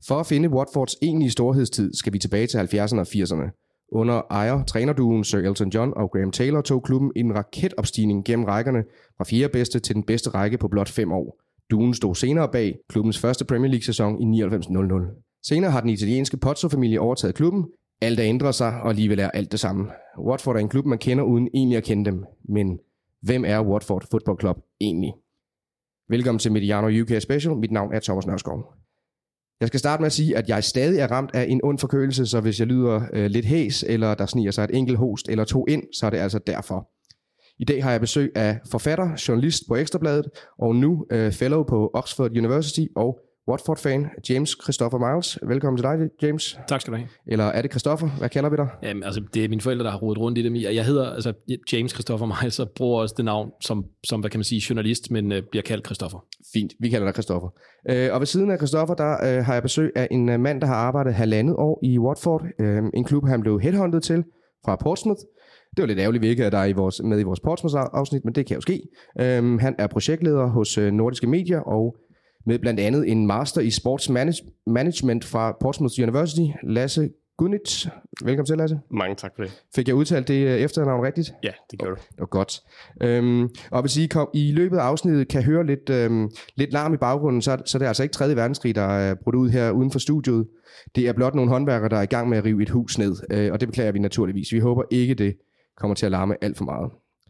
For at finde Watfords egentlige storhedstid skal vi tilbage til 70'erne og 80'erne. Under ejer-trænerduen Sir Elton John og Graham Taylor tog klubben en raketopstigning gennem rækkerne fra 4. bedste til den bedste række på blot 5 år. Duen stod senere bag klubbens første Premier League-sæson i 99-00. Senere har den italienske Pozzo-familie overtaget klubben. Alt er ændret sig, og alligevel er alt det samme. Watford er en klub, man kender uden egentlig at kende dem. Men hvem er Watford Football Club egentlig? Velkommen til Mediano UK Special. Mit navn er Thomas Nørskov. Jeg skal starte med at sige, at jeg stadig er ramt af en ond forkølelse, så hvis jeg lyder lidt hæs, eller der sniger sig et enkelt host eller to ind, så er det altså derfor. I dag har jeg besøg af forfatter, journalist på Ekstrabladet, og nu fellow på Oxford University og Watford-fan, James Christopher Miles. Velkommen til dig, James. Tak skal du have. Eller er det Christopher? Hvad kalder vi dig? Jamen, altså, det er mine forældre, der har rodet rundt i det. Jeg hedder James Christopher Miles, og bruger også det navn som hvad kan man sige, journalist, men bliver kaldt Christopher. Fint, vi kalder dig Christopher. Og ved siden af Christopher, der har jeg besøg af en mand, der har arbejdet 1,5 år i Watford. En klub, han blev headhunted til fra Portsmouth. Det var lidt ærgerligt, vi ikke er der med i vores Portsmouth-afsnit, men det kan jo ske. Han er projektleder hos Nordiske Medier og med blandt andet en master i sports management fra Portsmouth University. Lasse Gunnitz. Velkommen til, Lasse. Mange tak for det. Fik jeg udtalt det efternavn rigtigt? Ja, det gjorde du. Det var godt. Og hvis I løbet af afsnittet kan høre lidt larm i baggrunden, så er det altså ikke 3. verdenskrig, der er brudt ud her uden for studiet. Det er blot nogle håndværkere, der er i gang med at rive et hus ned, og det beklager vi naturligvis. Vi håber ikke, det kommer til at larme alt for meget.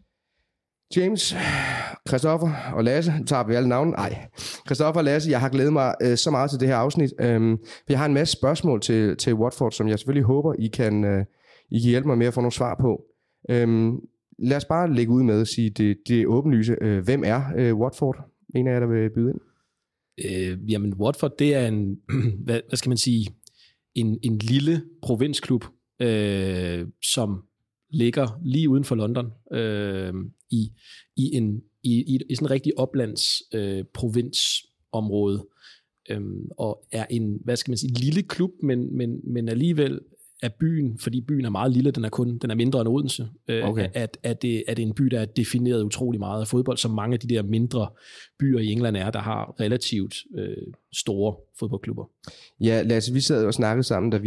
James, Christopher og Lasse, tager vi alle navne? Nej. Christopher og Lasse, jeg har glædet mig så meget til det her afsnit. Jeg har en masse spørgsmål til Watford, som jeg selvfølgelig håber, I kan hjælpe mig med at få nogle svar på. Lad os bare lægge ud med at sige det åbenlyse. Hvem er Watford? En af jer, der vil byde ind? Jamen, Watford, det er en, hvad skal man sige, en lille provinsklub, som ligger lige uden for London, i sådan en rigtig oplands provinsområde, og er en, hvad skal man sige, lille klub, men alligevel er byen, fordi byen er meget lille, den er mindre end Odense, okay. er det en by, der er defineret utrolig meget af fodbold, som mange af de der mindre byer i England er, der har relativt store fodboldklubber. Ja, Lasse, vi sad og snakkede sammen, da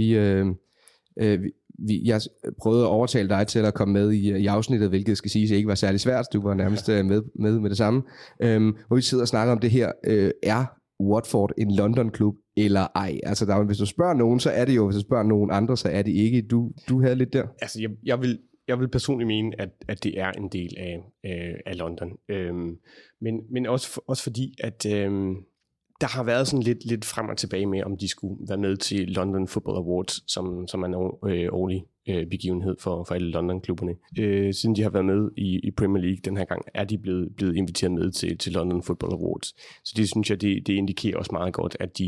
jeg prøvede at overtale dig til at komme med i afsnittet, hvilket skal siges ikke var særlig svært. Du var nærmest med det samme. Hvor vi sidder og snakker om det her. Er Watford en London-klub eller ej? Altså, hvis du spørger nogen, så er det jo. Hvis du spørger nogen andre, så er det ikke. Du havde lidt der. Altså, jeg vil personligt mene, at det er en del af London. Men også fordi, at der har været sådan lidt frem og tilbage med, om de skulle være med til London Football Awards, som er en årlig begivenhed for alle London-klubberne. Siden de har været med i Premier League den her gang, er de blevet inviteret med til London Football Awards. Så det synes jeg, det indikerer også meget godt, at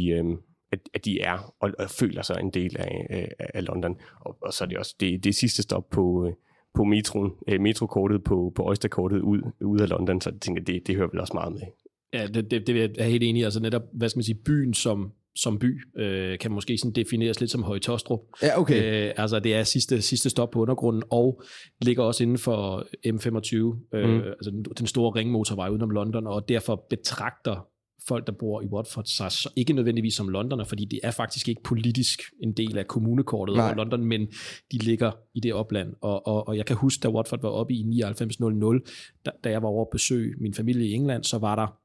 de er og føler sig en del af London. Og så er det også det sidste stop på metrokortet, på Oysterkortet ud af London, så jeg tænker, det hører vel også meget med. Ja, det vil jeg helt enig i. Altså netop, hvad skal man sige, byen som by, kan måske sådan defineres lidt som Høje Taastrup. Ja, okay. Altså det er sidste stop på undergrunden, og ligger også inden for M25, altså den store ringmotorvej udenom London, og derfor betragter folk, der bor i Watford, sig ikke nødvendigvis som Londoner, fordi det er faktisk ikke politisk en del af kommunekortet over London, men de ligger i det opland. Og jeg kan huske, da Watford var oppe i 99-00, da jeg var over at besøge min familie i England, så var der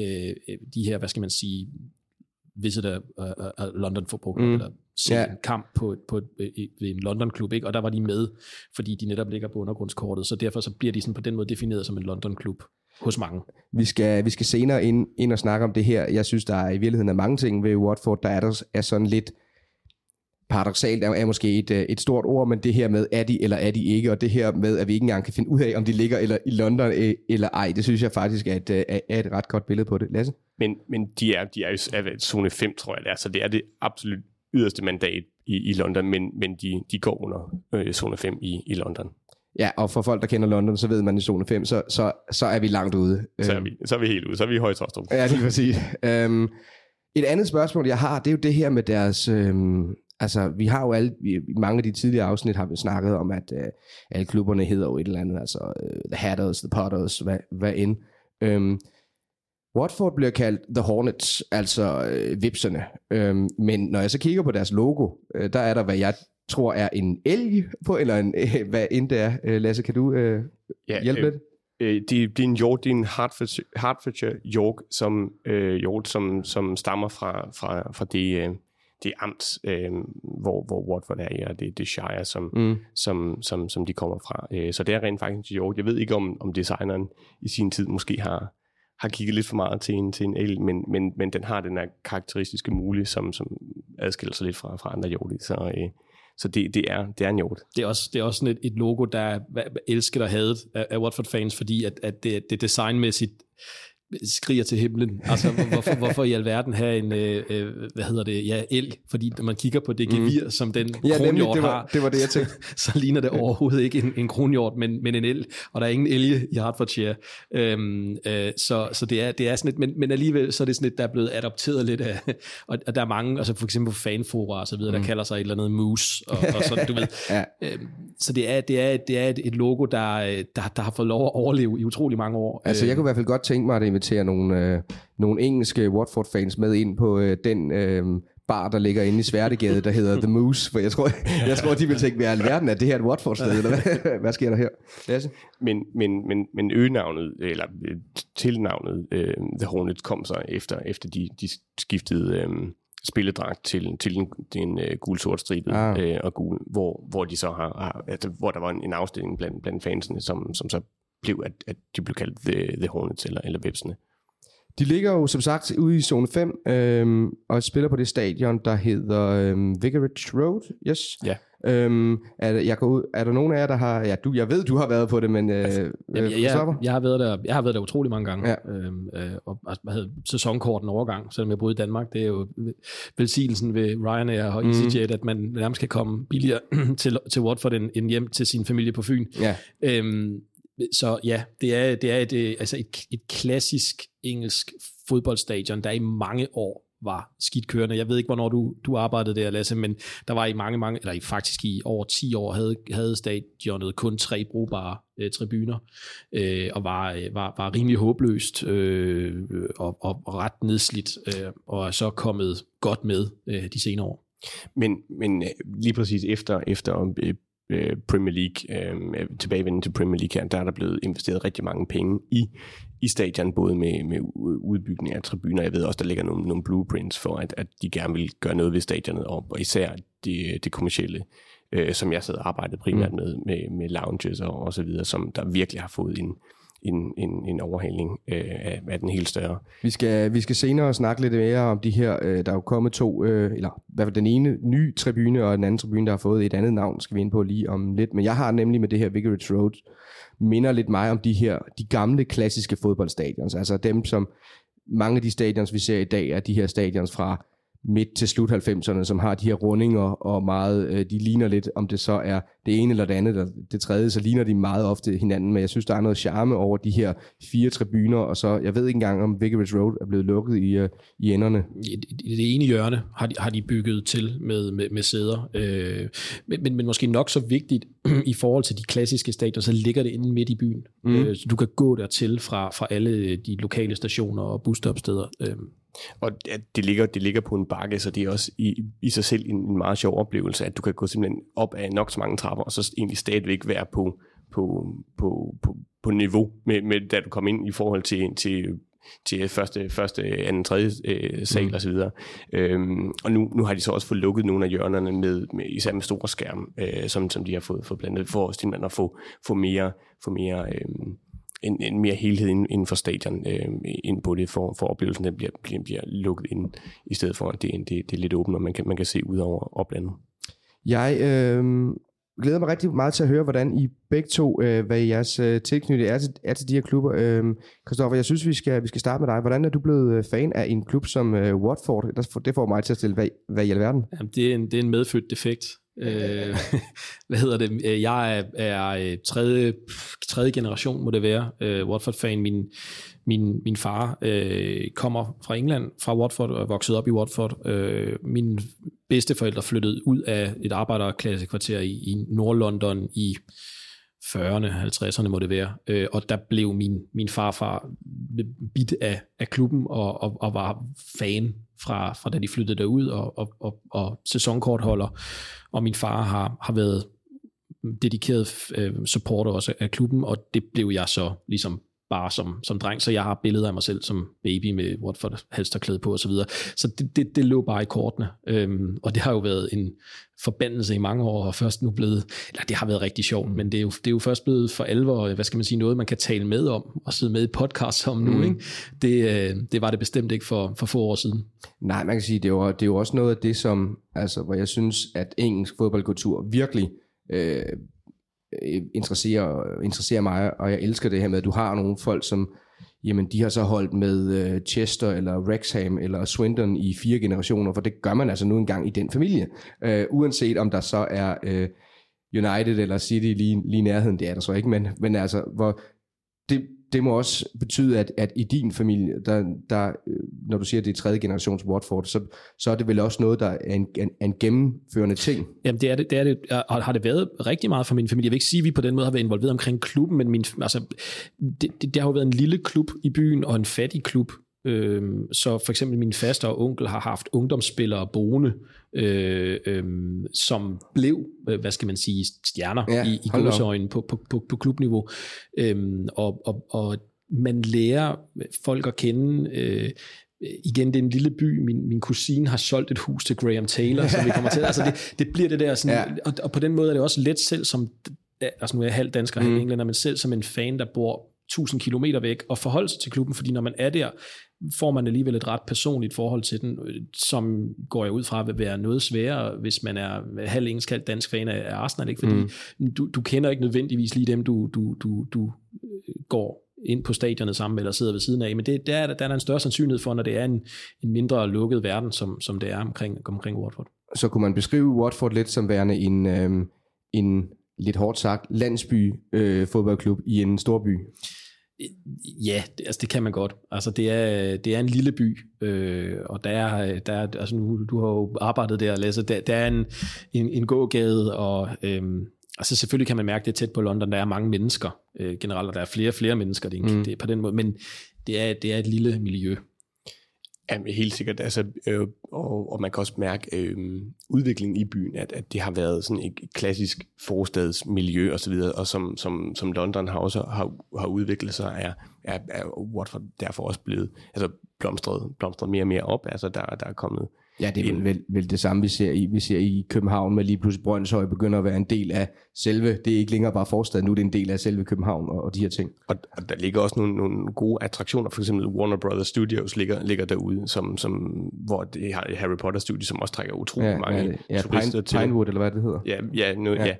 de her, hvad skal man sige, visitor London Football Club, eller en kamp ved en London-klub, ikke? Og der var de med, fordi de netop ligger på undergrundskortet, så derfor så bliver de sådan på den måde defineret som en London-klub hos mange. Vi skal senere ind og snakke om det her. Jeg synes, der er i virkeligheden mange ting ved Watford, der er sådan lidt paradoksalt, er måske et stort ord, men det her med, er de eller er de ikke, og det her med, at vi ikke engang kan finde ud af, om de ligger i London eller ej, det synes jeg faktisk er et ret godt billede på det. Lasse? Men de er jo zone 5, tror jeg det er, så det er det absolut yderste mandat i London, men de går under zone 5 i London. Ja, og for folk, der kender London, så ved man i zone 5, så er vi langt ude. Så er vi helt ude, så er vi i Høje Taastrup. Ja, det er præcis. Et andet spørgsmål, jeg har, det er jo det her med deres... Altså, vi har jo i mange af de tidligere afsnit har vi snakket om, at alle klubberne hedder jo et eller andet, altså The Hatters, The Potters, hvad end. Watford bliver kaldt The Hornets, altså vipserne. Men når jeg så kigger på deres logo, der er der, hvad jeg tror er en elg på, eller en, hvad end det er. Lasse, kan du hjælpe lidt? Det er en hjort, det er en Hertfordshire York, som stammer fra det amt, hvor Watford er i, og det Shire, som de kommer fra. Så det er rent faktisk en hjort. Jeg ved ikke, om designeren i sin tid måske har kigget lidt for meget til en elg, men den har den her karakteristiske mule, som adskiller sig lidt fra andre hjorte. Så det er en hjort. Det er også sådan et logo, der er elsket og hadet af Watford-fans, fordi at det designmæssigt skriger til himlen. Altså, hvorfor i alverden have en, elg? Fordi når man kigger på det gevir, som den kronhjort har, det var det, jeg tænkte. Så ligner det overhovedet ikke en kronhjort, men en elg. Og der er ingen elge i Hertfordshire. Så det er sådan et, men alligevel så er det sådan et, der er blevet adopteret lidt af, og der er mange, altså for eksempel fanfora og så videre, der kalder sig et eller andet moose, og sådan, du ved. Ja. Så det er et logo, der har fået lov at overleve i utrolig mange år. Altså, jeg kunne i hvert fald godt tænke mig at invitere nogle engelske Watford-fans med ind på den bar, der ligger inde i Sværtegade, der hedder The Moose, for jeg tror, de vil tænke, hvad i alverden er det her et Watford-sted, eller hvad sker der her? Lasse? Men øgenavnet, eller tilnavnet The Hornets kom så efter de skiftede spilledragt til den gul-sort stribet og gul, hvor de så hvor der var en afstilling blandt fansene, som så blev, at de blev kaldt The Hornets eller Vipsene. De ligger jo som sagt ude i zone 5 og spiller på det stadion, der hedder Vicarage Road. Yes. Ja. Er der nogen af jer, der har... Ja, jeg ved, du har været på det, men... Jeg har været der utrolig mange gange. Ja. Og havde sæsonkort en overgang, selvom jeg boede i Danmark. Det er jo velsignelsen ved Ryanair og EasyJet, at man nærmest kan komme billigere til Watford end hjem til sin familie på Fyn. Ja. Så ja, det er et klassisk engelsk fodboldstadion, der i mange år var skidt kørende. Jeg ved ikke, hvornår du arbejdede der, Lasse, men der var faktisk i over 10 år havde stadionet kun 3 brugbare tribuner, og var rimelig håbløst og ret nedslidt, og er så kommet godt med de senere år. Men lige præcis efter Premier League, tilbagevenden til Premier League her, der er der blevet investeret rigtig mange penge i stadion, både med udbygning af tribuner. Jeg ved også, der ligger nogle blueprints for, at de gerne vil gøre noget ved stadionet, og især det kommercielle, som jeg sad og arbejdede primært med lounges og så videre, som der virkelig har fået en overhaling af den helt større. Vi skal senere snakke lidt mere om de her, der er jo kommet 2, eller i hvert fald den ene nye tribune, og den anden tribune, der har fået et andet navn, skal vi ind på lige om lidt. Men jeg har nemlig med det her Vicarage Road, minder lidt mig om de gamle klassiske fodboldstadions, altså dem, som mange af de stadions, vi ser i dag, er de her stadions fra midt til slut 90'erne, som har de her rundinger, og meget, de ligner lidt, om det så er det ene eller det andet, eller det tredje, så ligner de meget ofte hinanden, men jeg synes, der er noget charme over de her 4 tribuner, og så, jeg ved ikke engang, om Vicarage Road er blevet lukket i enderne. I det ene hjørne har de bygget til med sæder, men måske nok så vigtigt, i forhold til de klassiske stadioner, så ligger det inde midt i byen. Så du kan gå dertil fra alle de lokale stationer og busstopsteder. Og det ligger på en bakke, så det er også i sig selv en meget sjov oplevelse, at du kan gå simpelthen op af nok så mange trapper, og så egentlig stadigvæk være på niveau med da du kom ind i forhold til første, anden, tredje sal og så videre. Og nu har de så også fået lukket nogle af hjørnerne især med store skærme, som de har fået blandet for at få mere en mere helhed inden for stadion ind på det, for oplevelsen den bliver lukket ind, i stedet for at det er lidt åbent, og man kan se ud over oplandet. Jeg glæder mig rigtig meget til at høre, hvordan I begge to, hvad jeres tilknytning er til de her klubber. Christoffer, jeg synes, vi skal starte med dig. Hvordan er du blevet fan af en klub som Watford? Det får mig til at stille, hvad i alverden? Jamen, det er en medfødt defekt. Jeg er tredje generation, må det være, Watford-fan. Min far kommer fra England, fra Watford, og er vokset op i Watford. Mine bedsteforældre flyttede ud af et arbejderklassekvarter i Nord-London i 40'erne, 50'erne må det være, og der blev min farfar bit af klubben, og var fan fra da de flyttede derud, og sæsonkortholder, og min far har været dedikeret supporter også af klubben, og det blev jeg så ligesom bare som dreng, så jeg har billeder af mig selv som baby med Watford halsterklæde på og så videre. Så det lå bare i kortene, og det har jo været en forbandelse i mange år, og først nu blevet, eller det har været rigtig sjovt, men det er jo først blevet for alvor, hvad skal man sige, noget man kan tale med om, og sidde med i podcast om nu, ikke? Det var det bestemt ikke for få år siden. Nej, man kan sige, det er jo også noget af det, som, altså, hvor jeg synes, at engelsk fodboldkultur virkelig interesserer mig, og jeg elsker det her med, at du har nogle folk, som, jamen, de har så holdt med Chester, eller Wrexham, eller Swindon i 4 generationer, for det gør man altså nu engang i den familie. Uanset om der så er United eller City lige i nærheden, det er der så ikke, men altså, hvor det må også betyde, at i din familie, der, når du siger, at det er 3. generations Watford, så er det vel også noget, der er en gennemførende ting. Jamen det er det, og har det været rigtig meget for min familie. Jeg vil ikke sige, at vi på den måde har været involveret omkring klubben, men det har jo været en lille klub i byen, og en fattig klub. Så for eksempel min faster og onkel har haft ungdomsspillere boende, som blev, hvad skal man sige, stjerner i gåseøjne på klubniveau. Og man lærer folk at kende. Igen, det er en lille by. Min kusine har solgt et hus til Graham Taylor, så vi kommer til. Altså det bliver det der sådan, og på den måde er det også let selv som, altså nu er jeg halv dansker, halv englænder, men selv som en fan, der bor 1000 kilometer væk, og forholde sig til klubben, fordi når man er der, får man alligevel et ret personligt forhold til den, som går jeg ud fra vil være noget sværere, hvis man er halv engelsk, halv dansk fan af Arsenal, ikke? Fordi du kender ikke nødvendigvis lige dem, du går ind på stadionet sammen, eller sidder ved siden af, men der er en større sandsynlighed for, når det er en mindre lukket verden, som det er omkring Watford. Så kunne man beskrive Watford lidt som værende en lidt hårdt sagt landsby fodboldklub i en stor by? Ja, det kan man godt. Altså det er en lille by, og der er altså nu, du har jo arbejdet der, Lasse, der er en gågade, og altså selvfølgelig kan man mærke det tæt på London, der er mange mennesker generelt, og der er flere mennesker, det er på den måde, men det er et lille miljø. Ja, helt sikkert. Altså, og man kan også mærke udviklingen i byen, at det har været sådan et klassisk forstadsmiljø og så videre, og som London har også har udviklet sig, er Watford derfor også blevet blomstret mere og mere op. Altså der er kommet. Ja, det er vel det samme, vi ser i København, med lige pludselig Brønshøj begynder at være en del af selve, det er ikke længere bare forstad, nu er det en del af selve København og de her ting. Og der ligger også nogle gode attraktioner, for eksempel Warner Brothers Studios ligger derude, hvor det har Harry Potter studie, som også trækker utrolig mange turister til. Pinewood, eller hvad det hedder.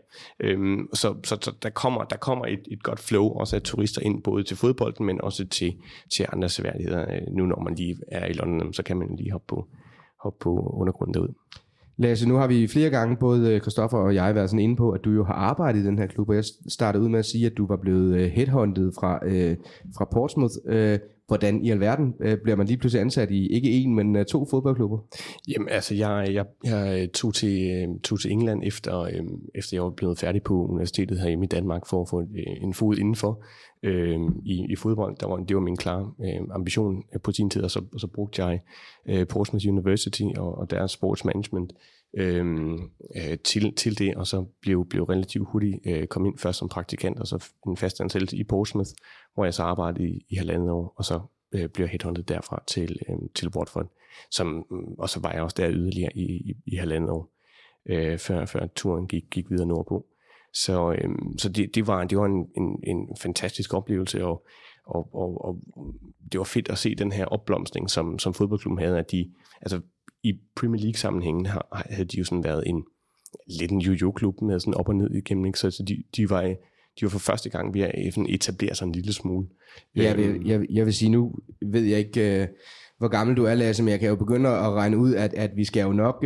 Så der kommer et godt flow også af turister ind, både til fodbolden, men også til andre seværdigheder. Nu når man lige er i London, så kan man lige hoppe på undergrunden derude. Lasse, nu har vi flere gange, både Christoffer og jeg, været sådan inde på, at du jo har arbejdet i den her klub, og jeg startede ud med at sige, at du var blevet headhunted fra Portsmouth. Hvordan i alverden bliver man lige pludselig ansat i ikke en, men 2 fodboldklubber? Jamen altså, jeg tog til England efter jeg var blevet færdig på universitetet herhjemme i Danmark for at få en fod indenfor i fodbold. Det var min klare ambition på sin tid, og så brugte jeg Portsmouth University og deres sports management til det, og så blev relativt hurtigt kom ind først som praktikant, og så en fast ansættelse i Portsmouth, hvor jeg så arbejdede i 1,5 år, og så blev jeg headhunted derfra til Watford, og så var jeg også der yderligere i 1,5 år, før turen gik videre nordpå. Så det var en fantastisk oplevelse, og det var fedt at se den her opblomstring, som fodboldklubben havde, at de, altså i Premier League sammenhængen havde de jo sådan været lidt en jo-jo-klub med sådan op og ned igennem, ikke? Så de var for første gang ved at etablere sig en lille smule. Jeg vil sige, nu ved jeg ikke, hvor gammel du er, Lasse, men jeg kan jo begynde at regne ud, at vi skal jo nok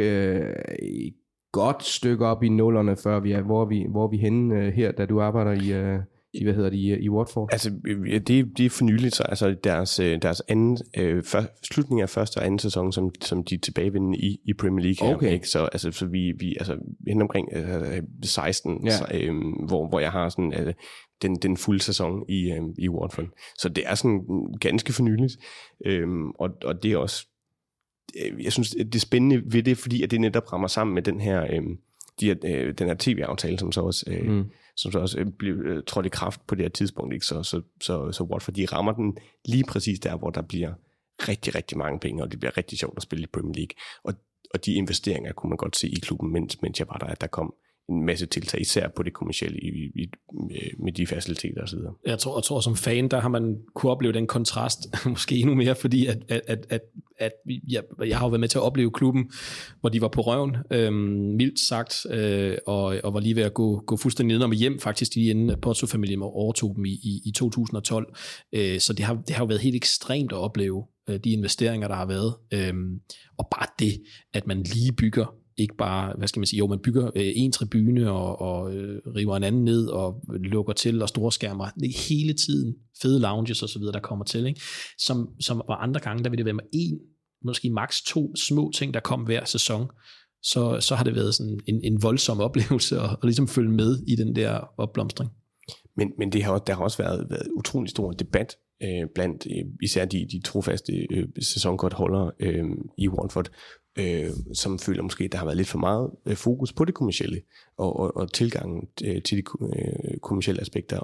godt stykke op i 0'erne, før vi er, hvor vi henne her, da du arbejder i Watford? Altså, det er for nyligt, så altså deres anden, slutning af første og anden sæson, som de er tilbagevendende i Premier League. Okay. Her, ikke? Så vi hen omkring 16, så, hvor jeg har sådan den fulde sæson i Watford. Så det er sådan ganske for nyligt, og det er også, jeg synes, det er spændende ved det, fordi at det netop rammer sammen med den her den her tv-aftale, som så også blev trådt i kraft på det her tidspunkt, ikke? Så Watford, de rammer den lige præcis der, hvor der bliver rigtig, rigtig mange penge, og det bliver rigtig sjovt at spille i Premier League. Og de investeringer kunne man godt se i klubben, mens jeg var der, at der kom en masse tiltag, især på det kommercielle med de faciliteter og så videre. Jeg tror som fan, der har man kunne opleve den kontrast, måske endnu mere, fordi at jeg har jo været med til at opleve klubben, hvor de var på røven, mildt sagt, og var lige ved at gå fuldstændig ned og hjem, faktisk lige inden Pozzo-familien overtog dem i 2012. Så det har jo været helt ekstremt at opleve de investeringer, der har været. Og bare det, at man lige bygger ikke bare, hvad skal man sige, jo, man bygger en tribune og river en anden ned og lukker til og store skærmer. Det er hele tiden fede lounges og så videre, der kommer til, ikke? Som var andre gange, der vil det være med en, måske maks 2 små ting, der kom hver sæson. Så har det været sådan en voldsom oplevelse at ligesom følge med i den der opblomstring. Men der har også været utrolig stor debat blandt især de trofaste sæsonkortholdere i Watford, som føler måske, at der har været lidt for meget fokus på det kommercielle og tilgangen til de kommercielle aspekter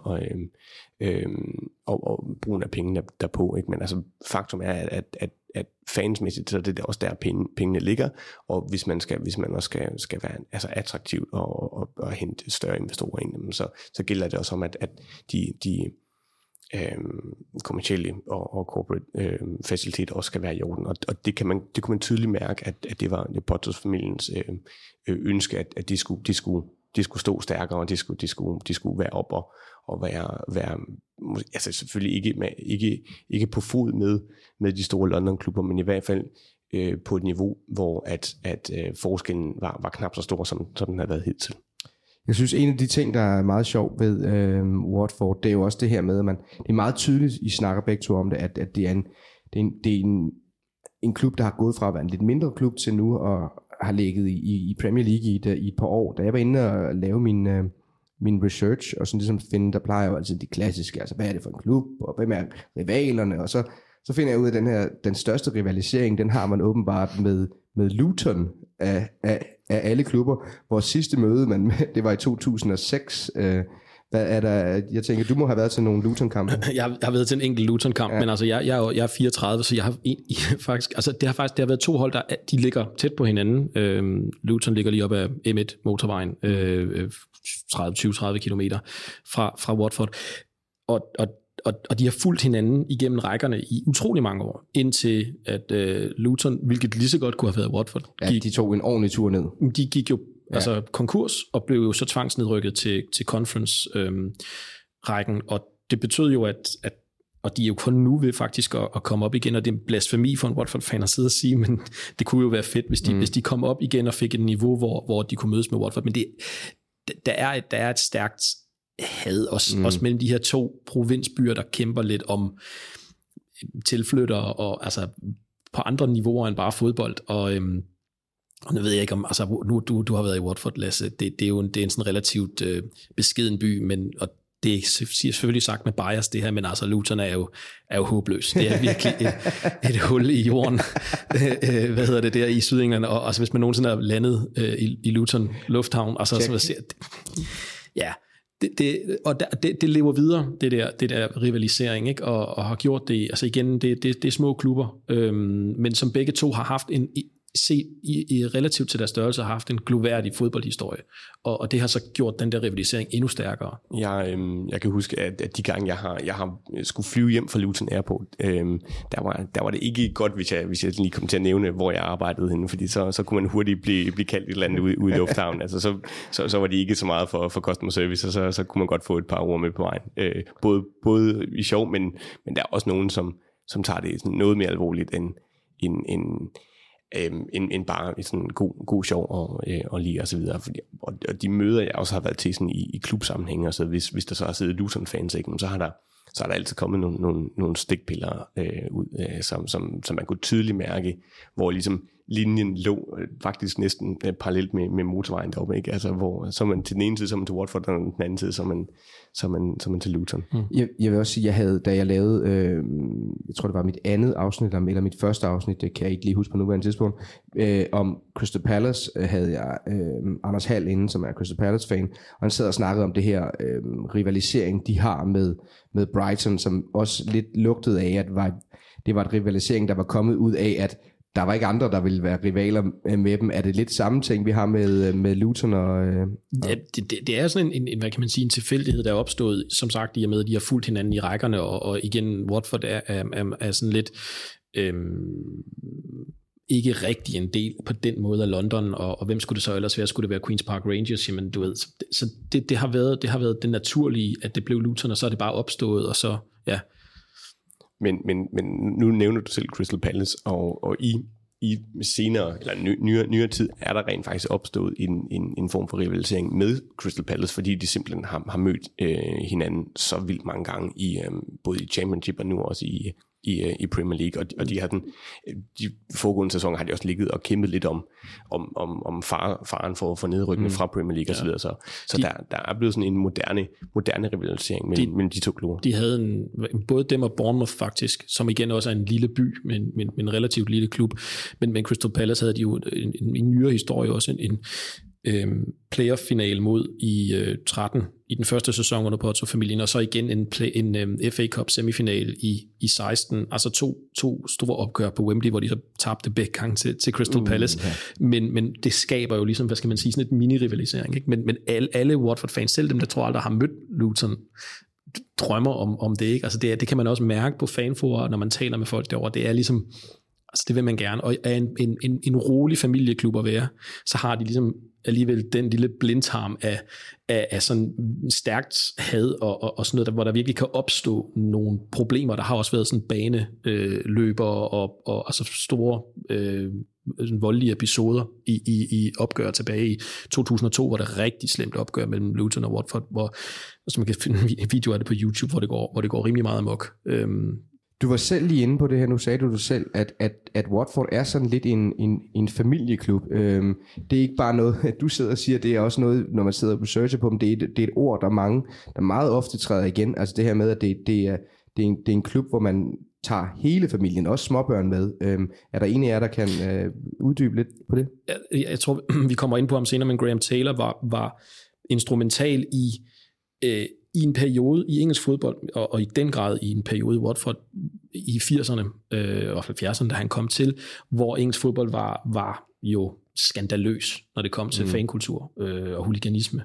og brugen af pengene derpå. Ikke? Men altså, faktum er, at fansmæssigt, så er det også der pengene ligger, og hvis man også skal være attraktiv og hente større investorer ind, så gælder det også om, at de kommercielle og corporate faciliteter også skal være i orden, og det kunne man tydeligt mærke, at det var Pottos-familiens ønske, at de skulle stå stærkere, og de skulle være op og være altså selvfølgelig ikke på fod med de store London-klubber, men i hvert fald på et niveau, hvor at forskellen var knap så stor, som den har været hidtil. Jeg synes, en af de ting, der er meget sjov ved Watford, det er jo også det her med, at det er meget tydeligt, I snakker begge to om det, at det er en klub, der har gået fra at være en lidt mindre klub til nu, og har ligget i Premier League i et par år. Da jeg var inde og lave min research, og sådan ligesom finde, der plejer jo altid de klassiske, altså hvad er det for en klub, og hvem er rivalerne, og så finder jeg ud af, den største rivalisering, den har man åbenbart med Luton af alle klubber. Vores sidste møde, det var i 2006. Hvad er der? Jeg tænker, du må have været til nogle Luton-kampe. Jeg har været til en enkelt Luton-kamp, ja. Men altså jeg er 34, så jeg har faktisk, altså det har været 2 hold, de ligger tæt på hinanden. Luton ligger lige op ad M1 motorvejen, 20-30 kilometer fra Watford, og de har fulgt hinanden igennem rækkerne i utrolig mange år, indtil at Luton, hvilket lige så godt kunne have været Watford. Ja, de tog en ordentlig tur ned. De gik jo konkurs, og blev jo så tvangsnedrykket til conference-rækken, og det betød jo, at og de er jo kun nu ved faktisk at komme op igen, og det er en blasfemi for en Watford-fan at sidde og sige, men det kunne jo være fedt, hvis de kom op igen og fik et niveau, hvor de kunne mødes med Watford. Men der er et stærkt had også mellem de her 2 provinsbyer, der kæmper lidt om tilflyttere og altså på andre niveauer end bare fodbold. Og nu ved jeg ikke om, altså nu du har været i Watford, Lasse, det er jo en sådan relativt beskeden by, men og det er selvfølgelig sagt med bias det her, men altså Luton er jo håbløs. Det er virkelig et hul i jorden. Hvad hedder det der i Sydengland? Og altså hvis man nogensinde har landet i Luton Lufthavn, altså som jeg ser, ja. Det lever videre, det der rivalisering, ikke? Og har gjort det, altså igen, det er små klubber, men som begge to har haft i relativt til deres størrelse, har haft en gloværdig fodboldhistorie, og det har så gjort den der rivalisering endnu stærkere. Jeg kan huske, at de gange, jeg har skulle flyve hjem fra Luton Airport, der var det ikke godt, hvis jeg lige kom til at nævne, hvor jeg arbejdede henne, fordi så kunne man hurtigt blive kaldt et eller andet ude i lufthavnen. Altså, så var det ikke så meget for customer service, og så kunne man godt få et par ord med på vejen. Både i sjov, men der er også nogen, som tager det sådan noget mere alvorligt end end bare sådan en god sjov og lige og så videre. Og de møder, jeg også har været til sådan i klubsammenhæng, og så hvis der så har siddet Luton-fans, ikke, så har der altid kommet nogle stikpiller ud, som man kunne tydeligt mærke, hvor ligesom linjen lå faktisk næsten parallelt med motorvejen deroppe, ikke? Altså, hvor så man til den ene side, så man til Watford, og den anden side, så man til Luton. Jeg vil også sige, da jeg lavede, jeg tror det var mit andet afsnit, eller mit første afsnit, det kan jeg ikke lige huske på nuværende tidspunkt, om Crystal Palace, havde jeg Anders Hall inde, som er Crystal Palace-fan, og han sad og snakkede om det her rivalisering, de har med Brighton, som også lidt lugtede af, at det var et rivalisering, der var kommet ud af, at der var ikke andre, der ville være rivaler med dem. Er det lidt samme ting, vi har med Luton og... Ja, det er sådan en, hvad kan man sige, en tilfældighed, der er opstået, som sagt, i og med, at de har fulgt hinanden i rækkerne, og igen, Watford er sådan lidt ikke rigtig en del på den måde af London, og hvem skulle det så ellers være? Skulle det være Queen's Park Rangers? Jamen, du ved, så det har været det naturlige, at det blev Luton, og så er det bare opstået, og så, ja... Men nu nævner du selv Crystal Palace, og i senere, eller nyere tid, er der rent faktisk opstået en form for rivalisering med Crystal Palace, fordi de simpelthen har mødt hinanden så vildt mange gange, både i Championship og nu også i Premier League, og de foregående sæsoner har de også ligget og kæmpet lidt om faren for nedrykkende fra Premier League og så videre. Så der er blevet sådan en moderne rivalisering mellem de to klubber. De havde både dem og Bournemouth faktisk, som igen også er en lille by, men en relativt lille klub, men Crystal Palace havde de jo en nyere historie også, en playerfinale mod i 13 i den første sæson under Potter-familien, og så igen en FA Cup semifinal i 16, altså to store opgør på Wembley, hvor de så tabte begge gange til Crystal Palace, men det skaber jo ligesom, hvad skal man sige, sådan et mini-rivalisering, ikke? Men alle Watford-fans, selv dem, der tror aldrig har mødt Luton, drømmer om det, ikke? Altså det kan man også mærke på fanforer, når man taler med folk derovre, det er ligesom, altså det vil man gerne, og er en rolig familieklub at være, så har de ligesom alligevel den lille blindtarm af sådan stærkt had og sådan noget, hvor der virkelig kan opstå nogle problemer. Der har også været sådan baneløber og altså store voldelige episoder i opgør tilbage i 2002, hvor der rigtig slemt opgør mellem Luton og Watford, hvor altså man kan finde videoer af det på YouTube, hvor det går rimelig meget amok. Du var selv lige inde på det her, nu sagde du selv, at Watford er sådan lidt en familieklub. Det er ikke bare noget, at du sidder og siger, det er også noget, når man sidder og researcher på dem, det er et ord, der meget ofte træder igen. Altså det her med, at det er en klub, hvor man tager hele familien, også småbørn med. Er der en af jer, der kan uddybe lidt på det? Jeg tror, vi kommer ind på ham senere, men Graham Taylor var instrumental i en periode i engelsk fodbold, og i den grad i en periode i Watford i 80'erne og 70'erne, da han kom til, hvor engelsk fodbold var jo skandaløs, når det kom til fankultur og huliganisme.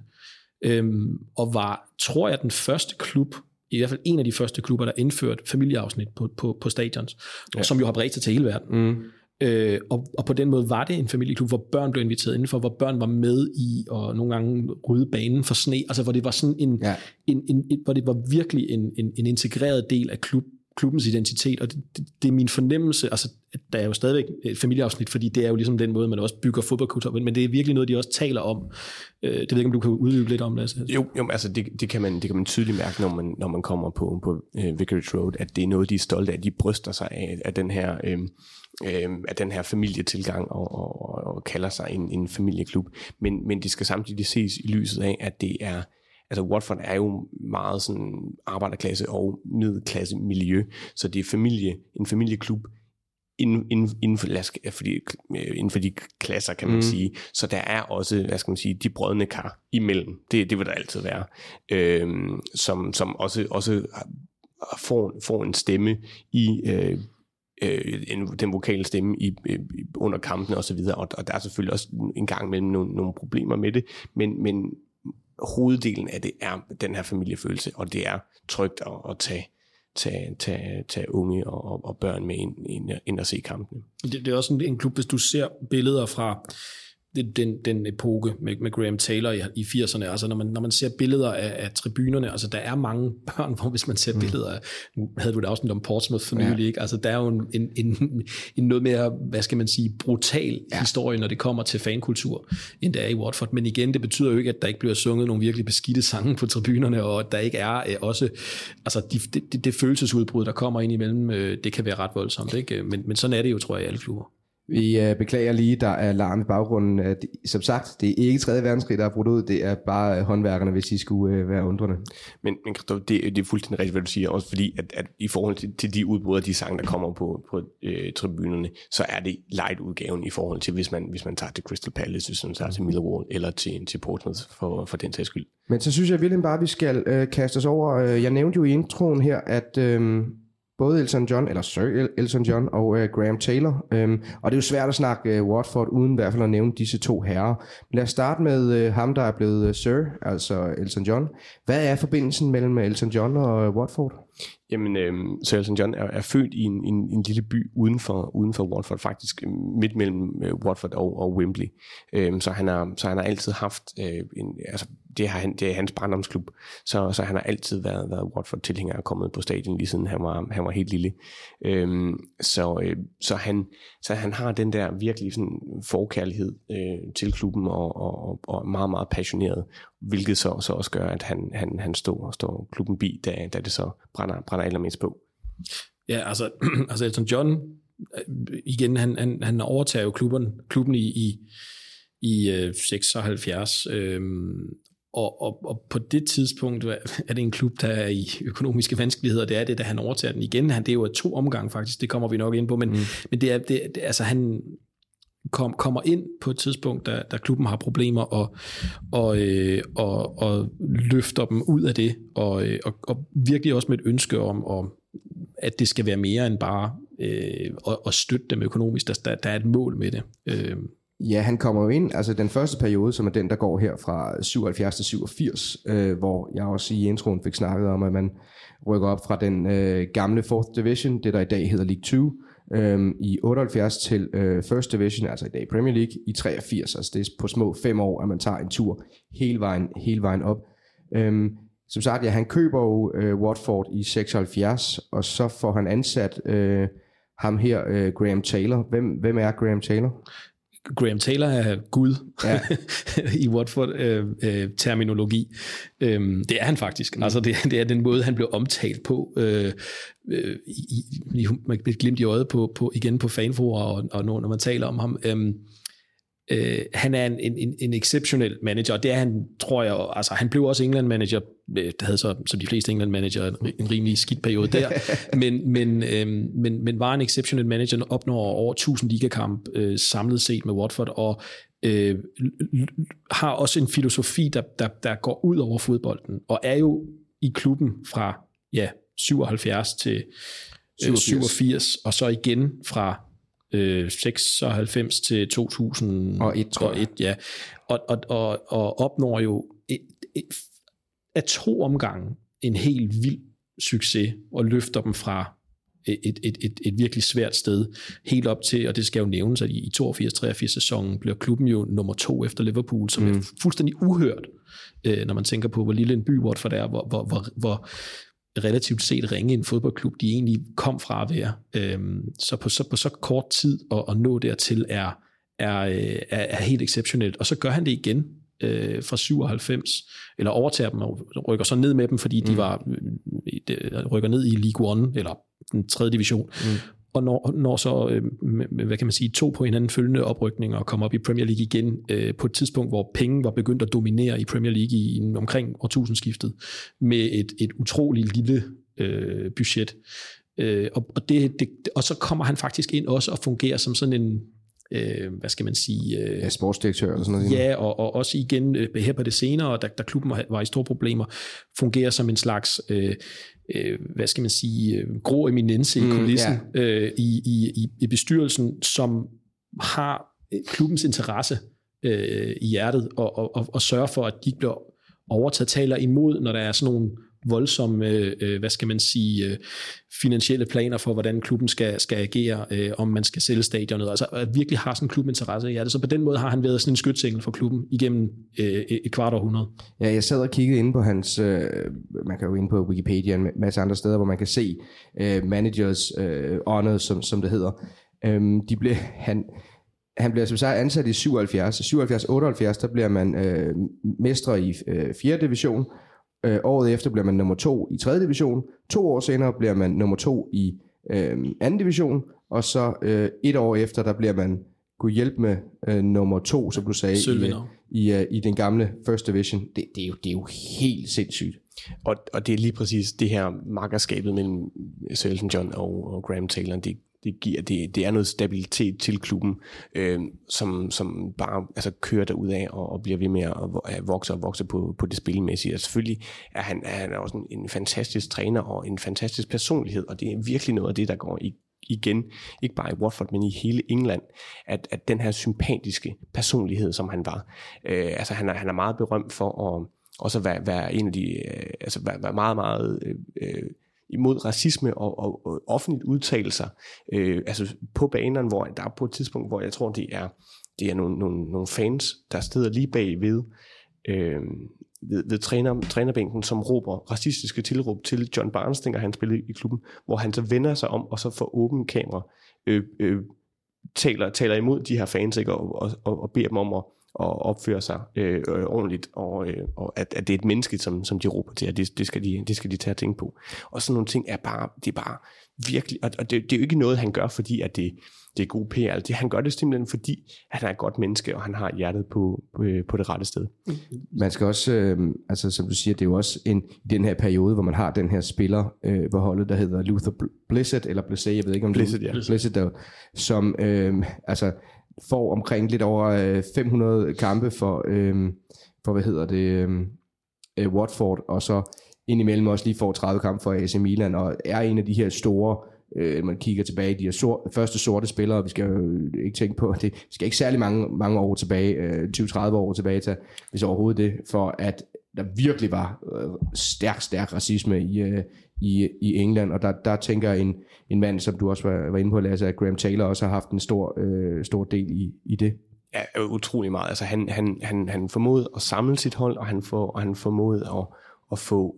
Og var, tror jeg, den første klub, i hvert fald en af de første klubber, der indførte familieafsnit på stadions, som jo har bredt sig til hele verden. Og på den måde var det en familieklub, hvor børn blev inviteret indenfor, hvor børn var med i og nogle gange rydde banen for sne, altså hvor det var sådan hvor det var virkelig en integreret del af klubbens identitet, og det er min fornemmelse, altså der er jo stadigvæk et familieafsnit, fordi det er jo ligesom den måde, man også bygger fodboldkultur, men det er virkelig noget, de også taler om. Det ved jeg ikke, om du kan uddybe lidt om det. Jo, altså det kan man tydeligt mærke, når man kommer på Vicarage Road, at det er noget, de er stolte af, de bryster sig af den her familietilgang og kalder sig en familieklub, men det skal samtidig ses i lyset af, at det er, altså Watford er jo meget sådan arbejderklasse og middelklasse miljø, så det er en familieklub inden for de klasser, kan man sige. Så der er også, hvad skal man sige, de brødne kar imellem. Det vil der altid være. Som også får en stemme i den vokale stemme under kampene og så videre, og der er selvfølgelig også en gang mellem nogle problemer med det, men hoveddelen af det er den her familiefølelse, og det er trygt at tage unge og børn med ind og se kampene. Det er også en klub, hvis du ser billeder fra den epoke med Graham Taylor i 80'erne. Altså når man ser billeder af tribunerne, altså der er mange børn, hvor hvis man ser billeder af, nu havde du et afsnit om Portsmouth for nylig, ikke? Altså der er jo en noget mere, hvad skal man sige, brutal historie, når det kommer til fankultur, end det er i Watford. Men igen, det betyder jo ikke, at der ikke bliver sunget nogle virkelig beskidte sange på tribunerne, og at der ikke er også, altså det følelsesudbrud, der kommer ind imellem, det kan være ret voldsomt, ikke? Men sådan er det jo, tror jeg, i alle klubber. Vi beklager lige, der er larm i baggrunden. Som sagt, det er ikke 3. verdenskrig, der er brudt ud. Det er bare håndværkerne, hvis de skulle være undrende. Men det er fuldstændig rigtigt, hvad du siger. Også fordi, at i forhold til de udbrud af de sange, der kommer på tribunerne, så er det light-udgaven i forhold til, hvis man tager til Crystal Palace, hvis man tager til Millwall eller til Portsmouth for den sags skyld. Men så synes jeg virkelig bare, vi skal kaste os over. Jeg nævnte jo i introen her, at både Elton John, eller Sir Elton John og Graham Taylor. Og det er jo svært at snakke Watford, uden i hvert fald at nævne disse to herrer. Men lad os starte med ham, der er blevet Sir, altså Elton John. Hvad er forbindelsen mellem Elton John og Watford? Jamen, Sir Elton John er født i en lille by uden for Watford, faktisk midt mellem Watford og Wembley. Så han har altid haft det er hans barndomsklub, så han har altid været Watford-tilhænger og kommet på stadion lige siden han var helt lille. Så han har den der virkelig sådan forkærlighed til klubben og er meget, meget passioneret, hvilket så også gør, at han står klubben bi, da det så brænder allermest på. Ja, altså Elton John, igen, han overtager jo klubben i 76, og på det tidspunkt er det en klub, der er i økonomiske vanskeligheder. Det er det, da han overtager den igen. Det er jo 2 omgange faktisk, det kommer vi nok ind på, men altså han kommer ind på et tidspunkt, da klubben har problemer og løfter dem ud af det, og virkelig også med et ønske om at det skal være mere end bare at støtte dem økonomisk. Der er et mål med det. Ja, han kommer jo ind, altså den første periode, som er den, der går her fra 77 til 87, hvor jeg også i introen fik snakket om, at man rykker op fra den gamle 4th Division, det der i dag hedder League 2, i 78 til First Division, altså i dag Premier League, i 83. Altså det er på små 5 år, at man tager en tur hele vejen op. Som sagt, ja, han køber jo Watford i 76, og så får han ansat ham her, Graham Taylor. Hvem er Graham Taylor? Graham Taylor er Gud i Watford-terminologi. Det er han faktisk. Altså det er den måde, han blev omtalt på. Man bliver glimt i øjet igen på fanforer, og når man taler om ham. Han er en exceptionel manager, og det er han, tror jeg. Altså han blev også England manager. Det havde så som de fleste England manager en rimelig skidt periode der, men var en exceptionel manager, opnår over 1000 ligakamp samlet set med Watford, og har også en filosofi, der går ud over fodbolden, og er jo i klubben fra 77 til 87, og så igen fra 96 til 2001, tror jeg. Ja. Og opnår jo af 2 omgange en helt vild succes, og løfter dem fra et virkelig svært sted, helt op til, og det skal jo nævnes, at i 82-83 sæsonen bliver klubben jo nummer 2 efter Liverpool, som er fuldstændig uhørt, når man tænker på, hvor lille en by Watford er, hvor relativt set ringe en fodboldklub, de egentlig kom fra at være. Så på så kort tid at nå dertil er helt exceptionelt. Og så gør han det igen fra 97, eller overtager dem og rykker så ned med dem, fordi de rykker ned i League 1, eller den 3. division. Og når så, hvad kan man sige, 2 på hinanden følgende oprykninger og kommer op i Premier League igen på et tidspunkt, hvor penge var begyndt at dominere i Premier League i omkring årtusindskiftet, med et utroligt lille budget. Og så kommer han faktisk ind også og fungerer som sådan en, hvad skal man sige... sportsdirektør eller sådan noget. Ja, og også igen her på det senere, da klubben var i store problemer, fungerer som en slags... hvad skal man sige, grå eminence i kulissen, i bestyrelsen, som har klubbens interesse i hjertet, og sørger for, at de ikke bliver overtaget, taler imod, når der er sådan nogle voldsomme, finansielle planer for, hvordan klubben skal agere, om man skal sælge stadionet, altså at virkelig har sådan en klubinteresse i hjertet. Så på den måde har han været sådan en skytsengel for klubben igennem et kvart århundrede. Ja, jeg sad og kiggede inde på hans, man kan jo inde på Wikipedia en masse andre steder, hvor man kan se managers honored, som det hedder. Han bliver som sagt ansat i 77-78, der bliver man mestre i 4. division. Året efter bliver man nummer 2 i 3. division. 2 år senere bliver man nummer 2 i 2. division. Og så 1 år efter, der bliver man kunne hjælpe med nummer 2, som du sagde, i den gamle First Division. Det er jo helt sindssygt. Og det er lige præcis det her makkerskabet mellem Sir Elton John og Graham Taylor, det er noget stabilitet til klubben, som bare altså kører derudad og bliver ved med at vokse på det spilmæssige. Og selvfølgelig er han også en fantastisk træner og en fantastisk personlighed, og det er virkelig noget af det, der går igen, ikke bare i Watford, men i hele England, at den her sympatiske personlighed, som han var, altså han er meget berømt for at også være en af de, være meget, meget imod racisme og offentligt udtalelser, altså på banerne, hvor der er på et tidspunkt, hvor jeg tror, det er nogle fans, der sidder lige bag ved trænerbænken, som råber racistiske tilråb til John Barnes, dengang han spillede i klubben, hvor han så vender sig om, og så får åbent kamera, taler imod de her fans, ikke, og beder dem om at opføre sig ordentligt, og at det er et menneske, som de råber til, at det skal de tage at tænke på. Og sådan nogle ting er bare virkelig, og det er jo ikke noget, han gør, fordi at det er god PR. Han gør det simpelthen, fordi at han er et godt menneske, og han har hjertet på det rette sted. Man skal også, altså som du siger, det er jo også i den her periode, hvor man har den her spiller på holdet, der hedder Luther Blissett, eller Blissett, jeg ved ikke om Blissett, ja. Blissett, som altså får omkring lidt over 500 kampe for Watford, og så indimellem også lige får 30 kampe for AC Milan, og er en af de her store, man kigger tilbage, de her første sorte spillere, vi skal jo ikke tænke på, det skal ikke særlig mange år tilbage, 20-30 år tilbage til, hvis overhovedet det, for at der virkelig var stærk racisme i England, og der tænker jeg en mand, som du også var inde på, Lasse, at Graham Taylor også har haft en stor del i det. Ja, utrolig meget. Altså han formåede at samle sit hold, og han formåede at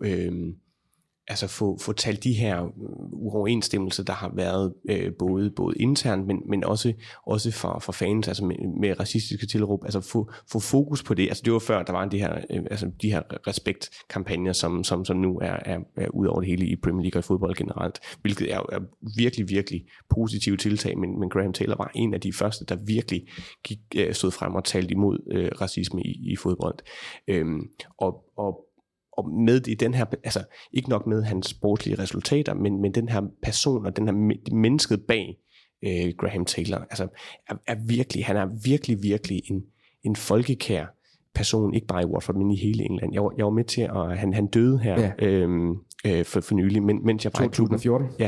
få talt de her uoverensstemmelser, der har været både internt, men også for fans, altså med racistiske tilråb, altså få fokus på det. Altså det var før, der var de her respektkampagner, som nu er ud over det hele i Premier League og i fodbold generelt, hvilket er virkelig, virkelig positive tiltag, men Graham Taylor var en af de første, der virkelig stod frem og talte imod racisme i fodbold. Og med i den her, altså ikke nok med hans sportslige resultater, men den her person og den her mennesket bag Graham Taylor, altså han er virkelig en folkekær person, ikke bare i Watford, men i hele England. Jeg var med til, at han døde her for nylig, mens jeg var i klubben. 2014? Ja.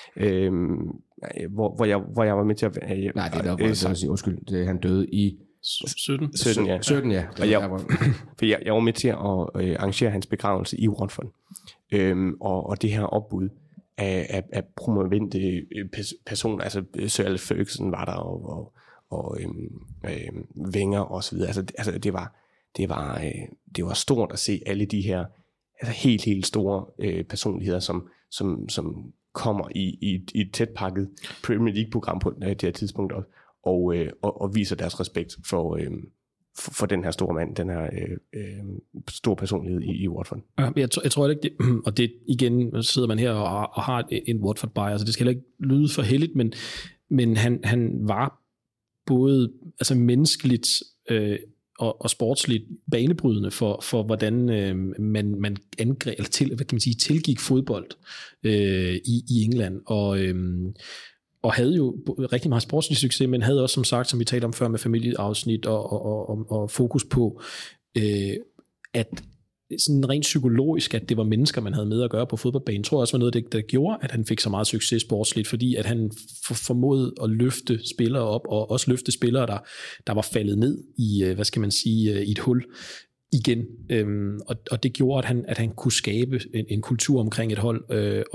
Hvor jeg var med til at... Nej, det er undskyld, han døde i 17, ja. 17, ja. For jeg var med til at arrangere hans begravelse i Watford. Og det her opbud af promovente personer, altså Sir Alex Ferguson var der, og Wenger og så videre. Altså det var stort at se alle de her altså helt store personligheder, som kommer i et tæt pakket Premier League-program på det her tidspunkt også. Og viser deres respekt for den her store mand, den her store personlighed i Watford. Ja, jeg tror ikke, og det igen sidder man her og har en Watford-bias, så det skal heller ikke lyde for heldigt, men han var både altså menneskeligt og sportsligt banebrydende for hvordan man angreb, eller tilgik fodbold i England, og havde jo rigtig meget sportslig succes, men havde også, som sagt, som vi talte om før, med familieafsnit og fokus på, at sådan rent psykologisk, at det var mennesker, man havde med at gøre på fodboldbanen, tror jeg også var noget af det, der gjorde, at han fik så meget succes sportsligt, fordi at han formåede at løfte spillere op, og også løfte spillere, der var faldet ned i, i et hul igen. Og det gjorde, at han kunne skabe en kultur omkring et hold,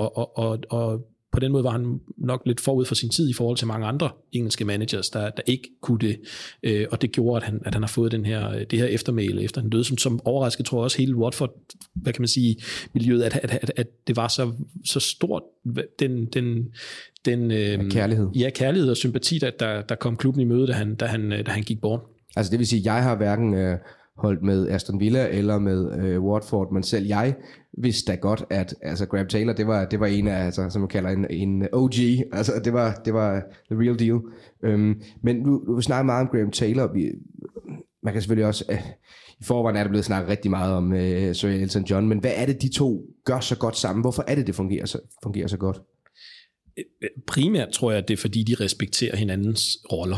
og på den måde var han nok lidt forud for sin tid i forhold til mange andre engelske managers, der ikke kunne det. Og det gjorde, at han har fået det her eftermæle efter han døde, som overraskede, tror jeg også, hele Watford, hvad kan man sige, miljøet, at det var så stort, den kærlighed. Ja, kærlighed og sympati, der kom klubben i møde, da han gik bort. Altså det vil sige, jeg har hverken holdt med Aston Villa eller med Watford, men selv jeg vidste da godt, at altså Graham Taylor, det var en af, altså, som man kalder en OG, altså det var the real deal. Men nu snakker meget om Graham Taylor. Man kan selvfølgelig også, i forvejen er der blevet snakket rigtig meget om Sir Elton John, men hvad er det, de to gør så godt sammen? Hvorfor er det fungerer så godt? Primært tror jeg, at det er fordi, de respekterer hinandens roller.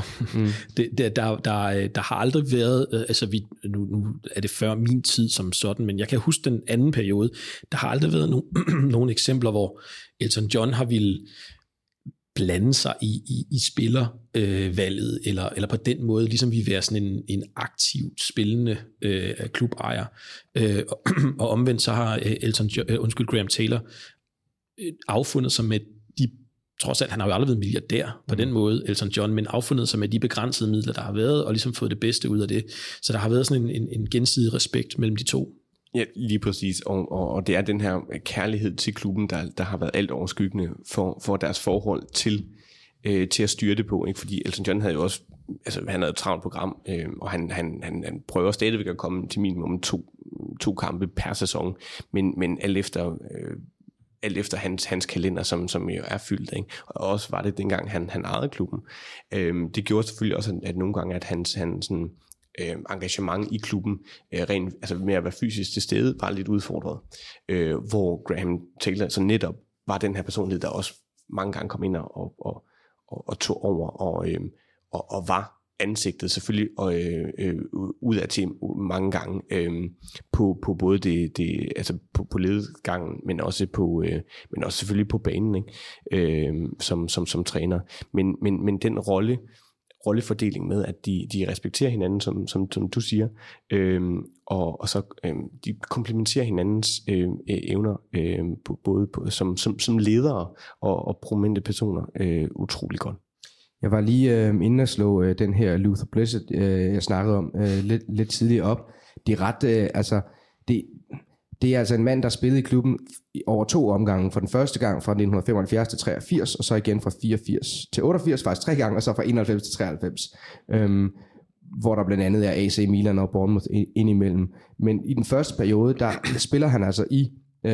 Der har aldrig været, altså nu er det før min tid som sådan, men jeg kan huske den anden periode, der har aldrig været nogle eksempler, hvor Elton John har ville blande sig i spillervalget, eller på den måde ligesom vi være sådan en aktivt spillende klubejer. Og omvendt så har Graham Taylor affundet sig med trods alt, han har jo aldrig været milliardær på den måde, Elton John, men affundet sig med de begrænsede midler, der har været, og ligesom fået det bedste ud af det. Så der har været sådan en gensidig respekt mellem de to. Ja, lige præcis. Og det er den her kærlighed til klubben, der har været alt overskyggende for deres forhold til at styre det på. Ikke? Fordi Elton John havde jo også, altså han havde et travlt program, og han prøver stadigvæk at komme til minimum to kampe per sæson, men alt efter hans kalender, som jo er fyldt, ikke? Og også var det dengang, han ejede klubben. Det gjorde selvfølgelig også, at nogle gange, at hans sådan, engagement i klubben, altså med at være fysisk til stede, var lidt udfordret. Hvor Graham Taylor så netop var den her personlighed, der også mange gange kom ind og tog over, og var ansigtet selvfølgelig ud af til mange gange på både det altså på ledgangen, men også selvfølgelig på banen, ikke? Som træner, men den rollefordeling med at de respekterer hinanden, som du siger, og så de komplementerer hinandens evner både som ledere og prominente personer utrolig godt. Jeg var lige inde at slå den her Luther Blissett, jeg snakkede om lidt tidligere op. Det er ret, det er altså en mand, der spillede i klubben over 2 omgange. For den første gang fra 1975 til 83, og så igen fra 84 til 88, faktisk 3 gange, og så fra 91 til 93. Hvor der blandt andet er AC Milan og Bournemouth indimellem. Men i den første periode, der spiller han altså i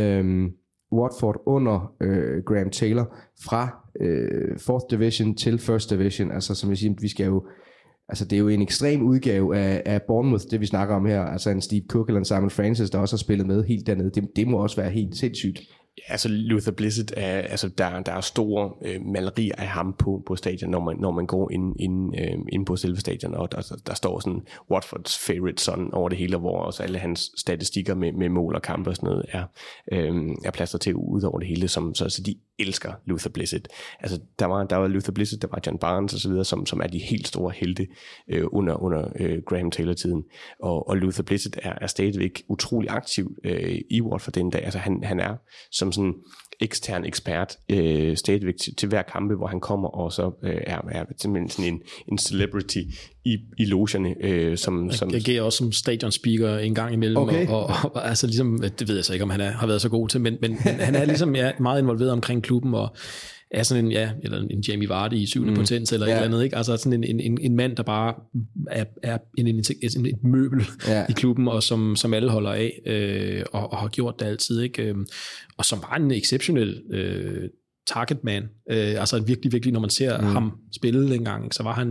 Watford under Graham Taylor fra 4th Division til 1st Division. Altså som jeg siger, vi skal jo, altså det er jo en ekstrem udgave af Bournemouth, det vi snakker om her. Altså en Steve Cook eller en Simon Francis, der også har spillet med helt dernede. Det må også være helt sindssygt. Ja, altså Luther Blissett er, altså der er store malerier af ham på stadion, når man går ind på selve stadion, og der står sådan Watfords favorite son over det hele, hvor også alle hans statistikker med mål og kampe og sådan noget er plaster til ud over det hele, så de elsker Luther Blissett. Altså der var Luther Blissett, der var John Barnes og så videre, som er de helt store helte under Graham Taylor-tiden, og Luther Blissett er stadigvæk utrolig aktiv i Watford den dag. Altså han er som sådan ekstern ekspert stadigvæk til hver kampe, hvor han kommer, og så er simpelthen sådan en celebrity i logerne. Som agerer også som stadion speaker en gang imellem, okay. og altså ligesom, det ved jeg så ikke, om han har været så god til, men han er ligesom meget involveret omkring klubben, og er sådan eller en Jamie Vardy i 7. potens, eller et eller andet, ikke? Altså sådan en mand, der bare er et møbel i klubben, og som alle holder af, og har gjort det altid, ikke? Og som var en exceptionel target man, altså virkelig, virkelig, når man ser ham spille dengang, så var han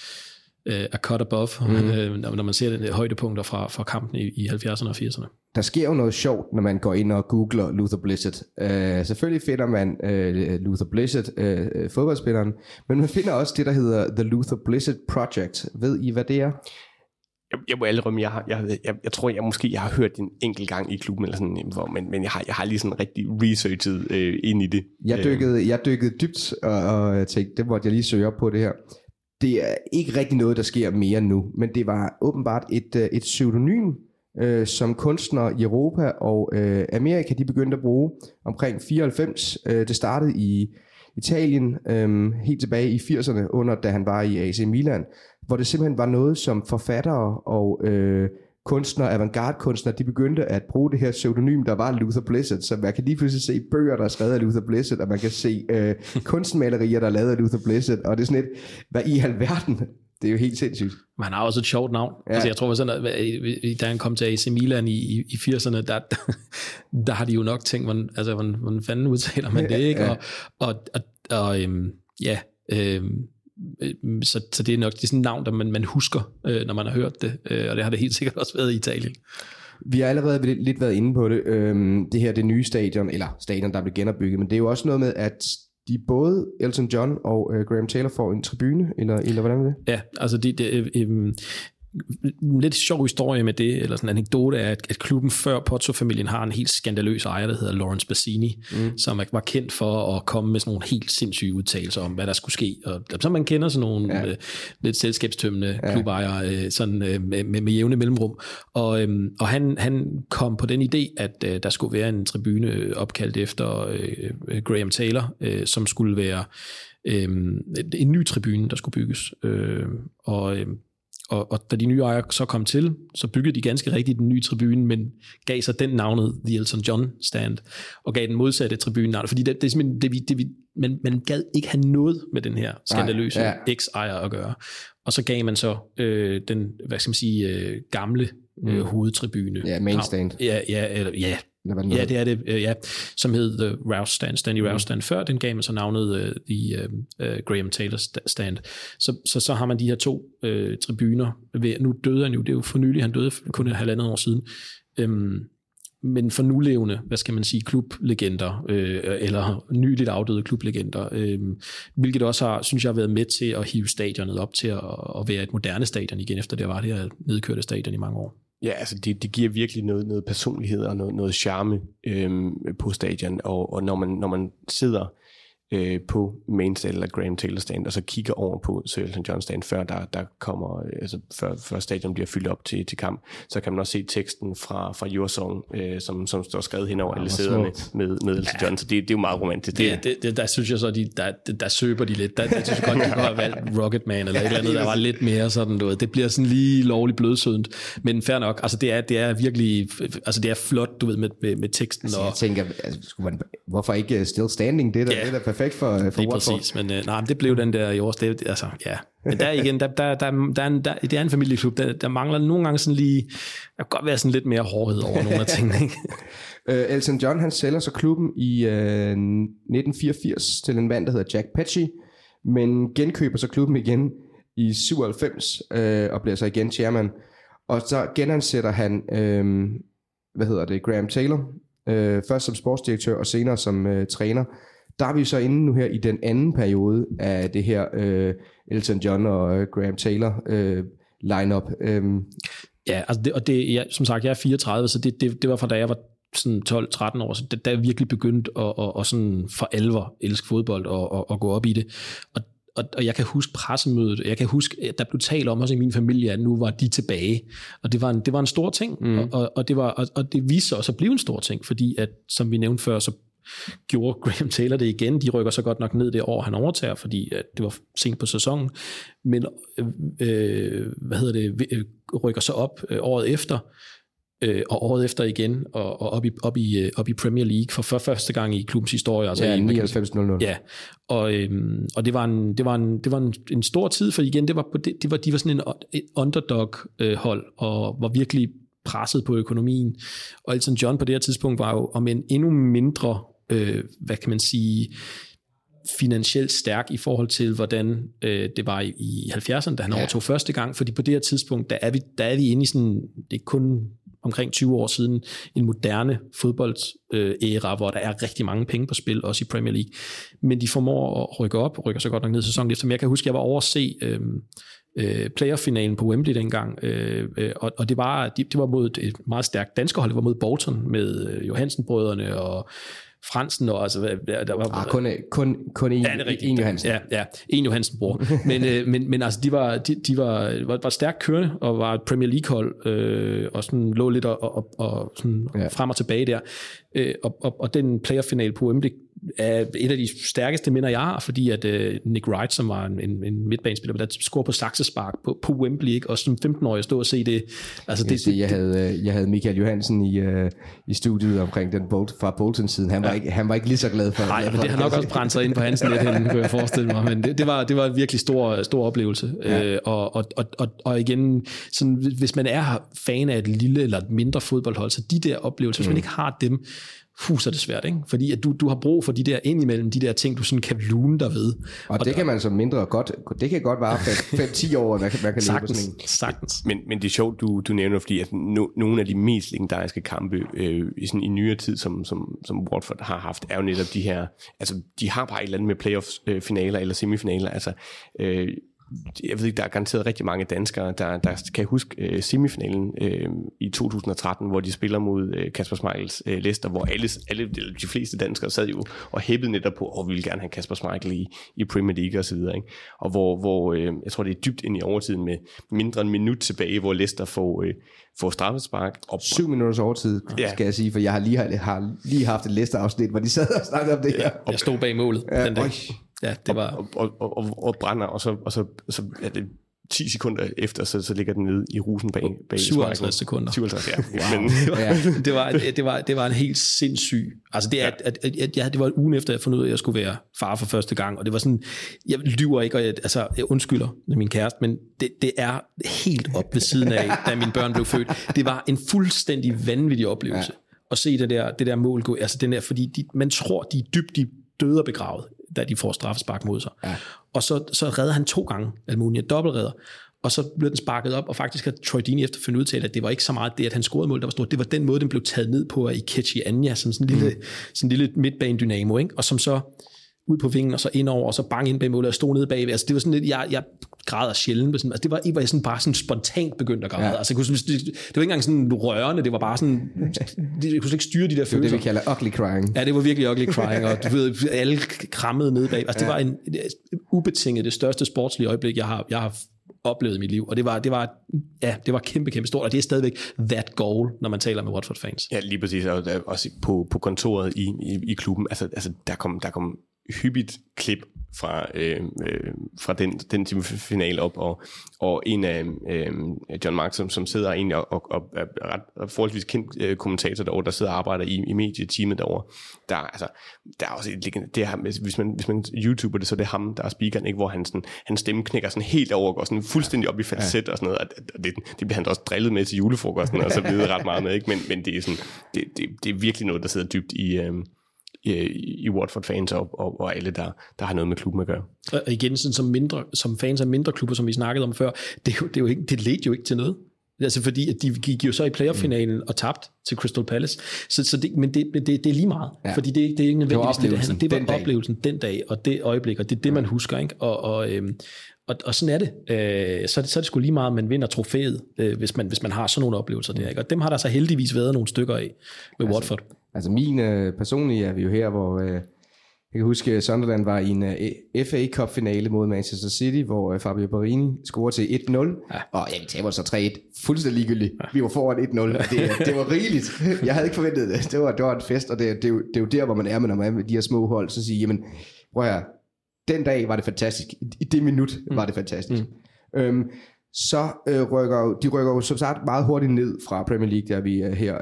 a cut above, når man ser de højdepunkter fra kampen i 70'erne og 80'erne. Der sker jo noget sjovt, når man går ind og googler Luther Blissett. Selvfølgelig finder man Luther Blissett, fodboldspilleren, men man finder også det, der hedder The Luther Blissett Project. Ved I, hvad det er? Jeg må aldrig, jeg tror, jeg har hørt en enkelt gang i klubben, eller sådan, men jeg har lige sådan rigtig researchet ind i det. Jeg dykkede dybt, og tænkte, det måtte jeg lige søge op på det her. Det er ikke rigtig noget, der sker mere nu, men det var åbenbart et pseudonym, som kunstnere i Europa og Amerika, de begyndte at bruge omkring 94. Det startede i Italien helt tilbage i 80'erne, da han var i AC Milan, hvor det simpelthen var noget, som forfattere og kunstnere, avantgarde-kunstnere, de begyndte at bruge det her pseudonym, der var Luther Blissett. Så man kan lige pludselig se bøger, der er skrevet af Luther Blissett, og man kan se kunstmalerier, der er lavet af Luther Blissett, og det er sådan et, hvad i alverden? Det er jo helt sindssygt. Men han har også et sjovt navn. Ja. Altså jeg tror, da han kom til AC Milan i 80'erne, der har de jo nok tænkt, hvordan fanden udtaler man det, ikke? Så det er nok sådan et navn, der man husker, når man har hørt det, og det har det helt sikkert også været i Italien. Vi har allerede lidt været inde på det. Det her, det nye stadion, eller stadion, der blev genopbygget, men det er jo også noget med, at de både Elton John og Graham Taylor får en tribune, eller hvordan er det? Ja, altså lidt sjov historie med det, eller sådan en anekdote, er, at klubben før Pozzo-familien har en helt skandaløs ejer, der hedder Lawrence Bassini, som var kendt for at komme med sådan nogle helt sindssyge udtalelser om, hvad der skulle ske. Og så man kender sådan nogle lidt selskabstømmende klubejere sådan, med jævne mellemrum. Og han kom på den idé, at der skulle være en tribune opkaldt efter Graham Taylor, som skulle være en ny tribune, der skulle bygges. Og da de nye ejere så kom til, så byggede de ganske rigtigt den nye tribune, men gav sig den navnet The Elton John Stand, og gav den modsatte tribune navnet, fordi det er simpelthen, man gad ikke have noget med den her skandaløse ex-ejer at gøre. Og så gav man så den, hvad skal man sige, gamle hovedtribune. Ja, main stand. Ja, det er det, som hed Rouse Stand, Stanley Rouse Stand før, den gav man så navnet Graham Taylor Stand. Så har man de her to tribuner. Nu døde han jo, det er jo for nylig, han døde kun 1,5 år siden. Men for nulevende, hvad skal man sige, klublegender, eller nyligt afdøde klublegender, hvilket også har, synes jeg, har været med til at hive stadionet op til at være et moderne stadion igen, efter det var det her nedkørte stadion i mange år. Ja, altså det giver virkelig noget personlighed og noget charme på stadion, og når man sidder på main stand eller Graham Taylor stand, og så kigger over på Sir Elton John stand, før der kommer, altså før stadion bliver fyldt op til kamp, så kan man også se teksten fra Your Song, som står skrevet hen over alle sæderne med Elton John, så det er jo meget romantisk. Der synes jeg så, der søber de lidt. Der synes jeg godt, de kunne have valgt Rocketman eller et eller andet, der var lidt mere sådan noget. Det bliver sådan lige lovligt blødsødent, men fair nok. Altså det er virkelig, altså det er flot, du ved, med teksten. Altså, jeg tænker, hvorfor ikke Still Standing? Det er da perfekt for Watford. Præcis, men nej, det blev den der i års. Altså, ja. Men der igen, det er en familieklub, der mangler nogle gange sådan lige, der kan godt være sådan lidt mere hårdhed over nogle af tingene. Elton John, han sælger så klubben i 1984 til en mand, der hedder Jack Petchy, men genkøber så klubben igen i 97 og bliver så igen chairman. Og så genansætter han, Graham Taylor, først som sportsdirektør og senere som træner. Der er vi så inde nu her i den anden periode af det her Elton John og Graham Taylor line-up. Ja, altså som sagt, jeg er 34, så det var fra da jeg var sådan 12-13 år, så da jeg virkelig begyndte at sådan for alvor elske fodbold og gå op i det. Og jeg kan huske pressemødet, jeg kan huske, at der blev talt om også i min familie, at nu var de tilbage. Og det var en stor ting, og det viste sig også at blive en stor ting, fordi at, som vi nævnte før, så gjorde Graham Taylor det igen. De rykker så godt nok ned det år, han overtager, fordi at det var sent på sæsonen. Men rykker så op året efter, og året efter igen, og op i Premier League for første gang i klubbens historie. Altså ja, 99-0-0. Ja, og det var en stor tid, for igen, de var sådan en underdog-hold, og var virkelig presset på økonomien. Og Elton John på det her tidspunkt var jo om en endnu mindre, hvad kan man sige, finansielt stærk i forhold til, hvordan det var i 70'erne, da han overtog første gang, fordi på det her tidspunkt, der er vi inde i sådan, det er kun omkring 20 år siden, en moderne fodboldæra, hvor der er rigtig mange penge på spil, også i Premier League. Men de formår at rykke op, og rykker så godt nok ned sæsonen efter. Men jeg kan huske, at jeg var over at se playerfinalen på Wembley dengang, og det var mod et meget stærkt danskerhold. Det var mod Bolton med Johansen-brødrene og Fransen og altså der var kun en Johansen. Ja, en Johansen bror. men altså de var stærkt kørende og var et Premier League hold og sådan lå lidt og sådan frem og tilbage der. Og den playerfinale på Wembley er et af de stærkeste minder jeg har, fordi at Nick Wright, som var en midtbanespiller, der scorede på saksespark på Wembley, ikke? Og som 15-årig stod og se det. Altså jeg havde Michael Johansen i studiet omkring den fra Boltons siden. Han var ikke lige så glad for. Nej, men det har nok også brændt sig ind på hans net, kunne jeg forestille mig. Men det var en virkelig stor oplevelse. Ja. Og igen, sådan, hvis man er fan af et lille eller et mindre fodboldhold, så de der oplevelser, hvis man ikke har dem, så er det svært, ikke? Fordi at du har brug for de der indimellem, de der ting, du sådan kan lune dig ved. Og det kan man som mindre godt, det kan godt være 5-10 år, man kan leve på sådan en. Sagtens. Men det er sjovt, du nævner, fordi at nogle af de mest legendariske kampe i nyere tid, som Watford har haft, er jo netop de her, altså de har bare et eller andet med playoff-finaler eller semifinaler, altså jeg ved ikke, der er garanteret rigtig mange danskere, der kan huske semifinalen i 2013, hvor de spiller mod Kasper Schmeichels Leicester, hvor de fleste danskere sad jo og hæppede netop på, og ville gerne have Kasper Schmeichel i Premier League og så videre, ikke? Og hvor jeg tror, det er dybt ind i overtiden med mindre end en minut tilbage, hvor Leicester får straffespark. 7 minutters overtid, skal jeg sige, for jeg har lige haft et Leicester-afsnit, hvor de sad og snakkede om det her. Jeg stod bag målet den dag. Ja, det var... og brænder, og så er det 10 sekunder efter, så ligger den nede i rusen bag 57 sekunder. 57, ja. Wow. Det var en helt sindssyg... Altså det var ugen efter, jeg fandt ud af, at jeg skulle være far for første gang, og det var sådan, jeg lyver ikke, og jeg undskylder med min kæreste, men det er helt op ved siden af, da mine børn blev født. Det var en fuldstændig vanvittig oplevelse at se det der mål gå, altså den der, fordi man tror, de er dybt døde og begravet, da de får straffespark mod sig. Ja. Og så redder han 2 gange, Almunia dobbeltredder, og så blev den sparket op, og faktisk har Troy Deeney efterfølgende udtalt, at det var ikke så meget det, at han scorede mål, der var stort. Det var den måde, den blev taget ned på af Ikechi Anya, som sådan en lille midtbane-dynamo, ikke? Og som så ud på vingen, og så indover, og så bang ind bag målet, og stod nede bagved. Altså det var sådan lidt, jeg græder sjældent. Altså det var ikke sådan bare sådan spontant begyndt at græde. Ja. Altså det var ikke engang sådan rørende, det var bare sådan, jeg kunne ikke styre de der følelser. Det vi kalder ugly crying. Ja, det var virkelig ugly crying, og du ved, alle krammede nede bag. Altså det var en ubetinget det største sportslige øjeblik, jeg har oplevet i mit liv, og det var kæmpe stort, og det er stadigvæk that goal, når man taler med Watford-fans. Ja, lige præcis, og også på kontoret i klubben, altså der kom hyppigt klip fra den finale op, og en af John Mark, som sidder egentlig og er ret forholdsvis kendt kommentator derovre, der sidder og arbejder i medieteamet derovre. Der er også det her, hvis man YouTuber det, så det er ham, der er speakeren, ikke, hvor hans stemme knækker sådan helt over, går sådan fuldstændig op i falset og sådan noget, og det bliver han også drillet med til julefrokosten, og så videre ret meget med, ikke? Men det er sådan, det er virkelig noget, der sidder dybt i Watford-fans og alle, der har noget med klubben at gøre. Og igen, sådan som fans af mindre klubber, som vi snakkede om før, det ledte jo ikke til noget. Altså fordi, at de gik jo så i playoff-finalen og tabte til Crystal Palace. Men det er lige meget. Ja. Fordi det er ikke nødvendigvis det var oplevelsen den dag, og det øjeblik, og det er det, man husker, ikke? Og sådan er det. Så er det sgu lige meget, man vinder trofæet, hvis man har sådan nogle oplevelser der, ikke? Og dem har der så heldigvis været nogle stykker af med Watford. Altså min personlige er vi jo her, hvor jeg kan huske, Sunderland var i en FA Cup finale mod Manchester City, hvor Fabio Borini scorede til 1-0, og vi taber så 3-1, fuldstændig ligegyldigt. Vi var foran 1-0, det var rigeligt. Jeg havde ikke forventet det. Det var en fest, og det er jo der, hvor man er, når man er med de her små hold, så siger, jamen, prøv her, den dag var det fantastisk. I det minut var det fantastisk. Så rykker jo som sagt meget hurtigt ned fra Premier League, der vi her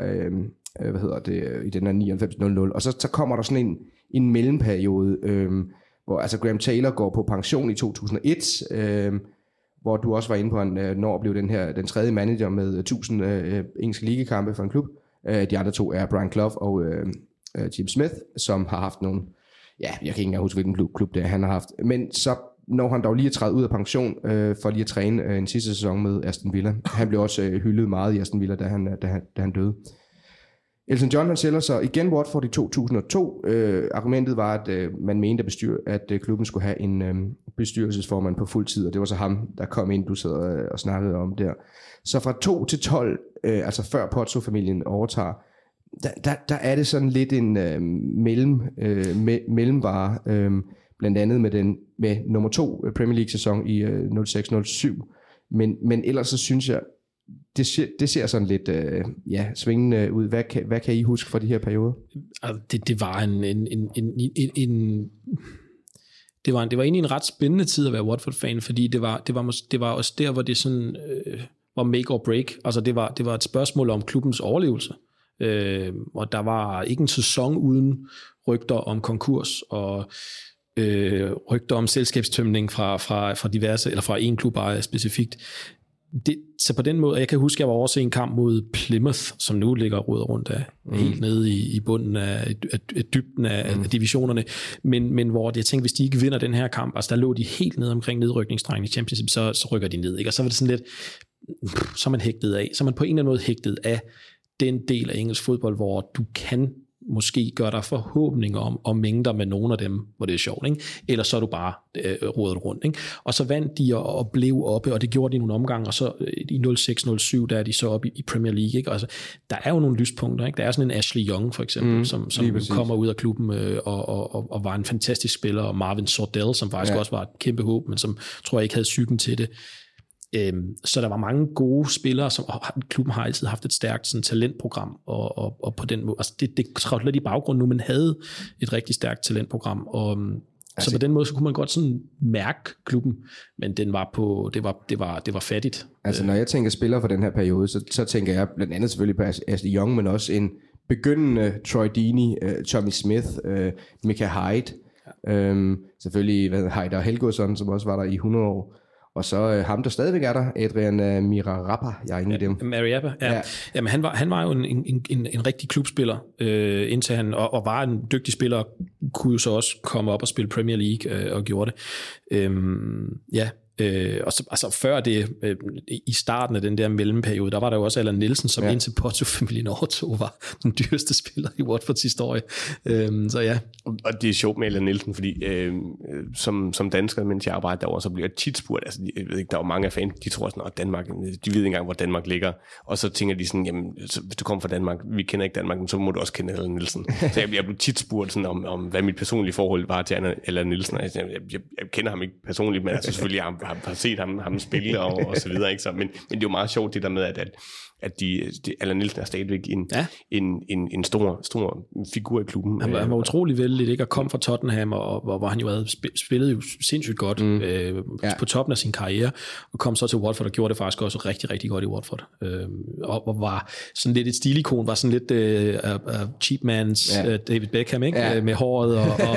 i den her 99-00, og så kommer der sådan en mellemperiode, hvor altså Graham Taylor går på pension i 2001, hvor du også var inde på, når blev den tredje manager med 1000 engelske ligekampe for en klub. De andre 2 er Brian Clough og Jim Smith, som har haft nogle, jeg kan ikke engang huske, hvilken klub det er, han har haft, men så når han dog lige er trædet ud af pension for lige at træne en sidste sæson med Aston Villa. Han blev også hyldet meget i Aston Villa, da han døde. Elton John, han sælger så igen Watford i 2002. Argumentet var, at man mente, at klubben skulle have en bestyrelsesformand på fuld tid, og det var så ham, der kom ind, du sad og snakkede om der. Så fra 2 til 12, altså før Pozzo-familien overtager, der er det sådan lidt en mellemvare, blandt andet med nummer 2 Premier League sæson i 06-07. Men ellers så synes jeg, det ser sådan lidt svingende ud. Hvad kan I huske fra de her perioder? Altså, det var det var egentlig en ret spændende tid at være Watford-fan, fordi det var også der, hvor det sådan var make or break. Altså det var et spørgsmål om klubbens overlevelse. Og der var ikke en sæson uden rygter om konkurs og rygter om selskabstømning fra diverse, eller fra en klub specifikt. Så på den måde, jeg kan huske, at jeg var over til en kamp mod Plymouth, som nu ligger rundt af helt nede i bunden af dybden af divisionerne, men hvor jeg tænkte, hvis de ikke vinder den her kamp, altså der lå de helt nede omkring nedrykningsdrengen i Championship, så rykker de ned, ikke? Og så var det sådan lidt, så er man hægtet af, så er man på en eller anden måde hægtet af den del af engelsk fodbold, hvor du kan måske gøre dig forhåbninger om og mængder med nogle af dem, hvor det er sjovt, ikke? Eller så er du bare rodet rundt, ikke? Og så vandt de og blev oppe, og det gjorde de i nogle omgange, og så i 06-07, der er de så oppe i Premier League, ikke? Altså, der er jo nogle lyspunkter, ikke? Der er sådan en Ashley Young for eksempel, som kommer ud af klubben og var en fantastisk spiller, og Marvin Sordell, som faktisk også var et kæmpe håb, men som tror jeg ikke havde psyken til det. Så der var mange gode spillere, som klubben har altid haft et stærkt sådan, talentprogram, og på den måde, altså det trådte lidt i baggrund nu, men havde et rigtig stærkt talentprogram, og så på den måde, så kunne man godt sådan mærke klubben, men det var fattigt. Altså når jeg tænker spillere fra den her periode, så tænker jeg blandt andet selvfølgelig på Ashley Young, men også en begyndende Troy Deeney, Tommy Smith, Micah Hyde, selvfølgelig Heider Helgosson, som også var der i 100 år. Og så ham, der stadigvæk er der, Adrian Mirarapa, jeg er ingen af dem. Mariappa, ja. Jamen, han var jo en rigtig klubspiller, indtil han, og var en dygtig spiller, kunne jo så også komme op og spille Premier League, og gjorde det. Og så, altså før det, i starten af den der mellemperiode, der var der jo også Allan Nielsen, som indtil Porto-familien overtog, var den dyreste spiller i Watfords historie. Så ja. Og det er sjovt med Allan Nielsen, fordi som dansker, mens jeg arbejder derovre, så bliver jeg tit spurgt, altså jeg ved ikke, der er jo mange af fans, de tror sådan, at Danmark, de ved ikke engang, hvor Danmark ligger, og så tænker de sådan, jamen, så, hvis du kommer fra Danmark, vi kender ikke Danmark, så må du også kende Allan Nielsen. Så jeg blev tit spurgt sådan, om hvad mit personlige forhold var til Allan Nielsen, og jeg kender ham ikke personligt, men altså selvfølgelig har set ham spille og så videre, ikke så, men det er jo meget sjovt det der med at Allan Nielsen er stadigvæk en stor figur i klubben. Han var utrolig vældig, ikke, og kom fra Tottenham, og hvor han jo havde spillet jo sindssygt godt på toppen af sin karriere, og kom så til Watford og gjorde det faktisk også rigtig, rigtig godt i Watford. Og var sådan lidt et stilikon, var sådan lidt cheap man's David Beckham, ikke? Med håret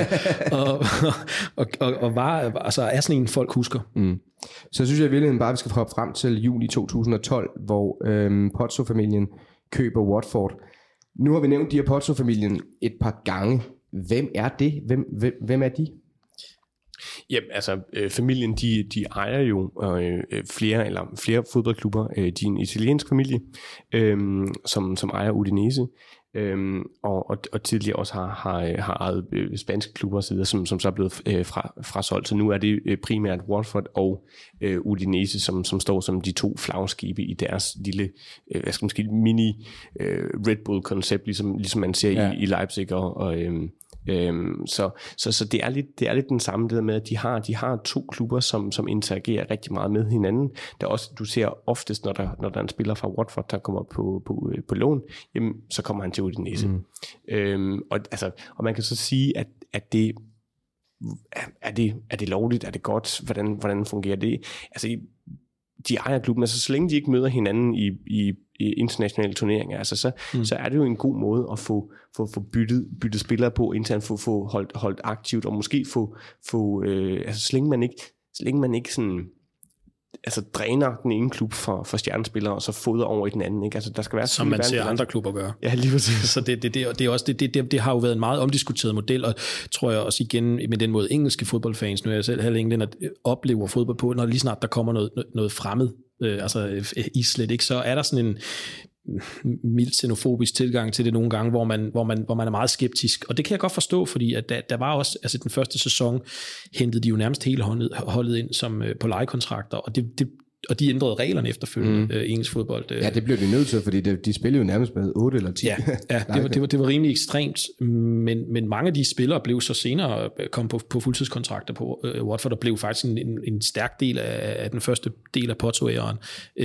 og var, altså er sådan en folk husker. Så synes jeg i virkeligheden bare, at vi skal hoppe frem til juli 2012, hvor Pozzo-familien køber Watford. Nu har vi nævnt de her Pozzo-familien et par gange. Hvem er det? Hvem er de? Jamen, altså, familien, de ejer jo flere fodboldklubber. De er en italiensk familie, som ejer Udinese. Og tidligere også har ejet spanske klubber og så videre, som så er blevet frasolgt. Så nu er det primært Watford og Udinese, som står som de to flagskibe i deres lille, mini Red Bull-koncept, ligesom man ser i Leipzig så det er lidt den samme det med, at de har to klubber, som interagerer rigtig meget med hinanden. Der også, du ser oftest, når der er en spiller fra Watford, der kommer på lån, jamen, så kommer han til Udinese. Og man kan så sige, at det er det lovligt, er det godt, hvordan fungerer det? Altså, de ejer klubben, altså så længe de ikke møder hinanden i internationale turneringer, altså så er det jo en god måde at få byttet spillere på, internt få holdt aktivt, og måske altså så længe man ikke sådan, altså dræner den ene klub for stjernespillere, og så fodrer over i den anden, ikke? Altså der skal være som man ser andre klubber gøre. Ja, lige præcis. Så det er også det har jo været en meget omdiskuteret model, og tror jeg også igen med den måde engelske fodboldfans, nu er jeg selv halv englænder, oplever fodbold på, når lige snart der kommer noget fremmed, altså islet, ikke, så er der sådan en mildt xenofobisk tilgang til det nogle gange, hvor man er meget skeptisk, og det kan jeg godt forstå, fordi at der var også, altså den første sæson hentede de jo nærmest hele holdet ind som på lejekontrakter, og det og de ændrede reglerne efterfølgende, engelsk fodbold. Ja, det blev de nødt til, fordi de spillede jo nærmest med 8 eller 10. Ja, det var rimelig ekstremt, men mange af de spillere blev så senere kom på fuldtidskontrakter på Watford, og blev faktisk en stærk del af den første del af Porto-æraen.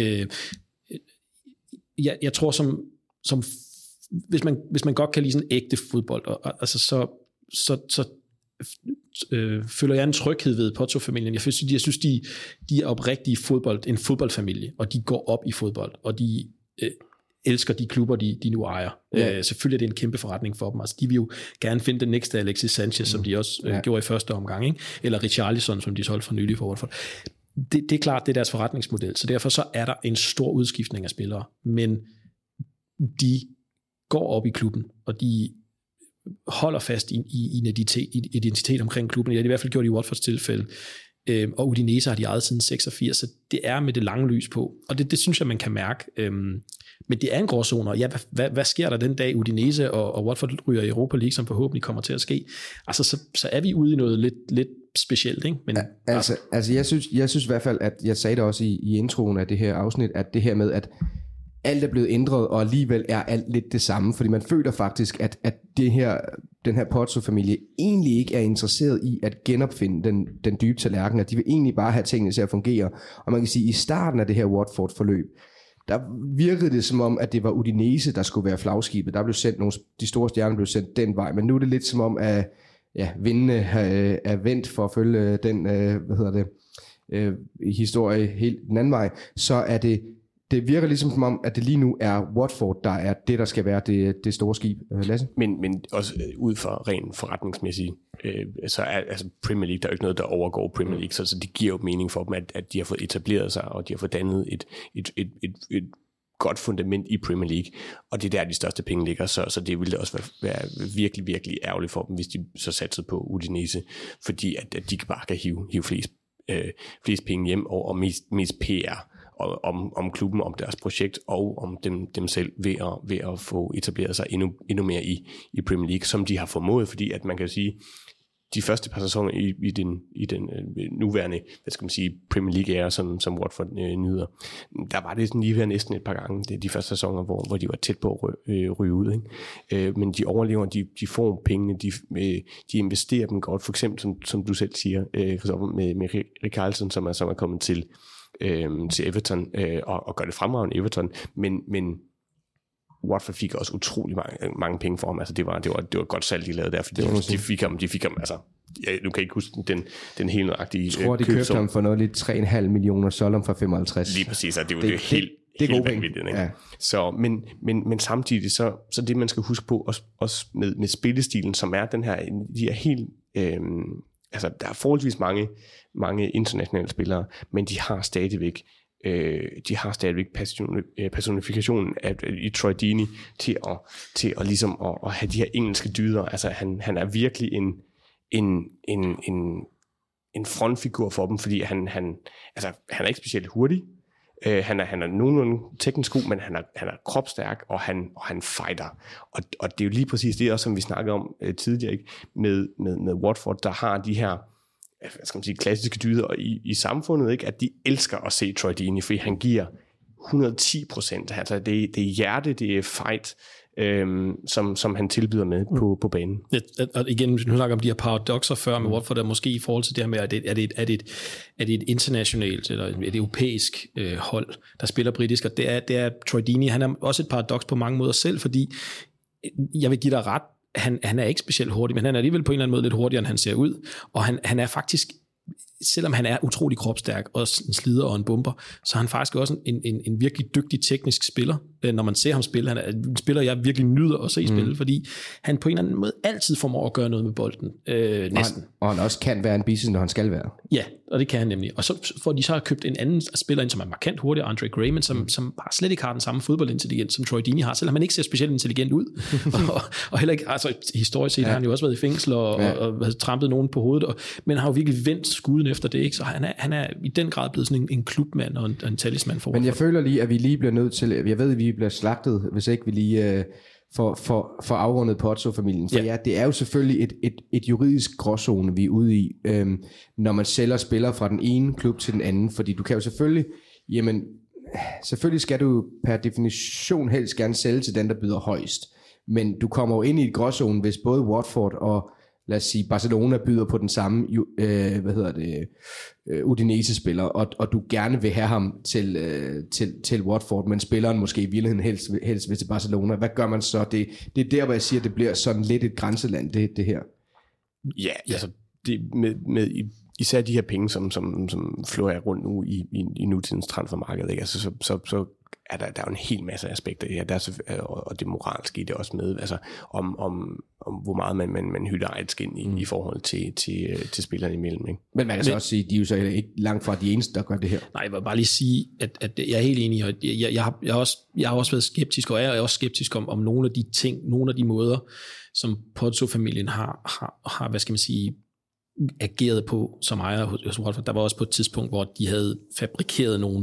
Jeg tror, som hvis man godt kan lide sådan ægte fodbold, altså så føler jeg en tryghed ved Porto-familien. Jeg synes, de er oprigtige en fodboldfamilie, og de går op i fodbold, og de elsker de klubber, de nu ejer. Ja. Selvfølgelig er det en kæmpe forretning for dem. Altså, de vil jo gerne finde den næste Alexis Sanchez, som de også gjorde i første omgang, ikke? Eller Richarlison, som de solgte for nylig for Watford. Det er klart, det er deres forretningsmodel, så derfor så er der en stor udskiftning af spillere, men de går op i klubben, og de holder fast i identitet omkring klubben. Ja, det er i hvert fald gjort i Watfords tilfælde. Og Udinese har de ejet siden 86, så det er med det lange lys på. Og det synes jeg, man kan mærke. Men det er en gråzone, og ja, hvad sker der den dag Udinese og Watford ryger i Europa League, som forhåbentlig kommer til at ske? Altså, så er vi ude i noget lidt specielt, ikke? Men, altså jeg synes i hvert fald, at jeg sagde det også i introen af det her afsnit, at det her med, at alt er blevet ændret, og alligevel er alt lidt det samme, fordi man føler faktisk, at den her Porto-familie egentlig ikke er interesseret i at genopfinde den dybe tallerken, at de vil egentlig bare have tingene til at fungere. Og man kan sige, at i starten af det her Watford-forløb, der virkede det som om, at det var Udinese, der skulle være flagskibet. Der blev sendt de store stjerner blev sendt den vej, men nu er det lidt som om, at vindene er vendt for at følge den, historie helt den anden vej, så er det virker ligesom som om, at det lige nu er Watford, der er det, der skal være det store skib. Lasse? Men også ud fra rent forretningsmæssigt, så er altså Premier League, der er jo ikke noget, der overgår Premier League, så det giver jo mening for dem, at de har fået etableret sig, og de har fået dannet et godt fundament i Premier League, og det er der, de største penge ligger, så det ville også være virkelig, virkelig ærgerligt for dem, hvis de så satsede på Udinese, fordi at de bare kan hive flest penge hjem, og mest PR om klubben, om deres projekt og om dem selv ved at få etableret sig endnu mere i Premier League, som de har formået, fordi at man kan sige, de første par sæsoner i den nuværende, hvad skal man sige, Premier League-æra, som Watford nyder, der var det sådan lige ved næsten et par gange, de første sæsoner, hvor de var tæt på at ryge ud, ikke? Men de overlever, de får pengene, de investerer dem godt, for eksempel, som du selv siger, med Richarlison, som er kommet til Everton, og gør det fremragende Everton, men Watford fik også utrolig mange penge for ham. Altså det var et godt salg, de lavede der, fordi de fik ham, altså, nu kan jeg ikke huske den helt nøjagtige. Jeg tror, de købte ham for noget lidt 3,5 millioner, solgte ham for 55. Lige præcis, altså, det er helt vanvittigt. Ja. Så, men samtidig, så det man skal huske på, også med spillestilen, som er den her, de er helt, altså der er forholdsvis mange internationale spillere, men de har stadigvæk personifikationen i Troy Deeney til at ligesom at have de her engelske dyder. Altså han er virkelig en frontfigur for dem, fordi han er ikke specielt hurtig. Han er nogenlunde teknisk god, men han er kropstærk, og han fighter. Og det er jo lige præcis det også, som vi snakkede om tidligere, ikke? Med Watford, der har de her, hvad skal man sige, klassiske dyder i samfundet, ikke? At de elsker at se Troy Deeney, fordi han giver 110%. Altså det er hjerte, det er fight, som han tilbyder med på banen. Og igen, nu snakker om de her paradoxer før med Watford, der måske i forhold til det her med, er det et internationalt eller et europæisk hold, der spiller britisk, og det er Troy Deeney. Han er også et paradoks på mange måder selv, fordi jeg vil give dig ret, han er ikke specielt hurtig, men han er alligevel på en eller anden måde lidt hurtigere, end han ser ud, og han er faktisk, selvom han er utrolig kropstærk og en slider og en bomber, så er han faktisk også en virkelig dygtig teknisk spiller, når man ser ham spille. Han er en spiller, jeg virkelig nyder at se spille, fordi han på en eller anden måde altid formår at gøre noget med bolden. Næsten. Og han også kan være en business, når han skal være. Ja, og det kan han nemlig. Og så får de så købt en anden spiller ind, som er markant hurtigere, Andre Gray, som bare slet ikke har den samme fodboldintelligens, som Troy Deeney har, selvom han ikke ser specielt intelligent ud. og heller ikke, altså historisk set har han jo også været i fængsel og trampet nogen på hovedet, men har jo virkelig vendt skuden efter det, ikke? Så han er i den grad blevet sådan en klubmand og en talisman for. Men jeg føler lige, at vi lige bliver nødt til, jeg ved, at vi bliver slagtet, hvis ikke vi lige får afrundet Porto-familien. For ja, det er jo selvfølgelig et juridisk gråzone, vi er ude i, når man sælger spillere fra den ene klub til den anden, fordi du kan jo selvfølgelig Jamen, selvfølgelig skal du per definition helst gerne sælge til den, der byder højst. Men du kommer jo ind i et gråzone, hvis både Watford og, lad os sige, Barcelona byder på den samme, Udinese-spiller, og du gerne vil have ham til Watford, men spilleren måske i virkeligheden helst vil til Barcelona. Hvad gør man så? Det er der, hvor jeg siger, at det bliver sådan lidt et grænseland, det her. Ja, altså det med især de her penge, som florerer rundt nu i nutidens transfermarked, ikke? Altså, så er der er jo en hel masse aspekter her, og det moralske i det også med, altså om hvor meget man hylder eget skin i forhold til spillerne imellem. Ikke? Men man kan så også sige, de er jo så ikke langt fra de eneste, der gør det her. Nej, jeg vil bare lige sige, at jeg er helt enig, og jeg har også været skeptisk, og jeg er også skeptisk om nogle af de ting, nogle af de måder, som Pozzo-familien har, hvad skal man sige, ageret på som ejer hos Watford. Der var også på et tidspunkt, hvor de havde fabrikeret nogle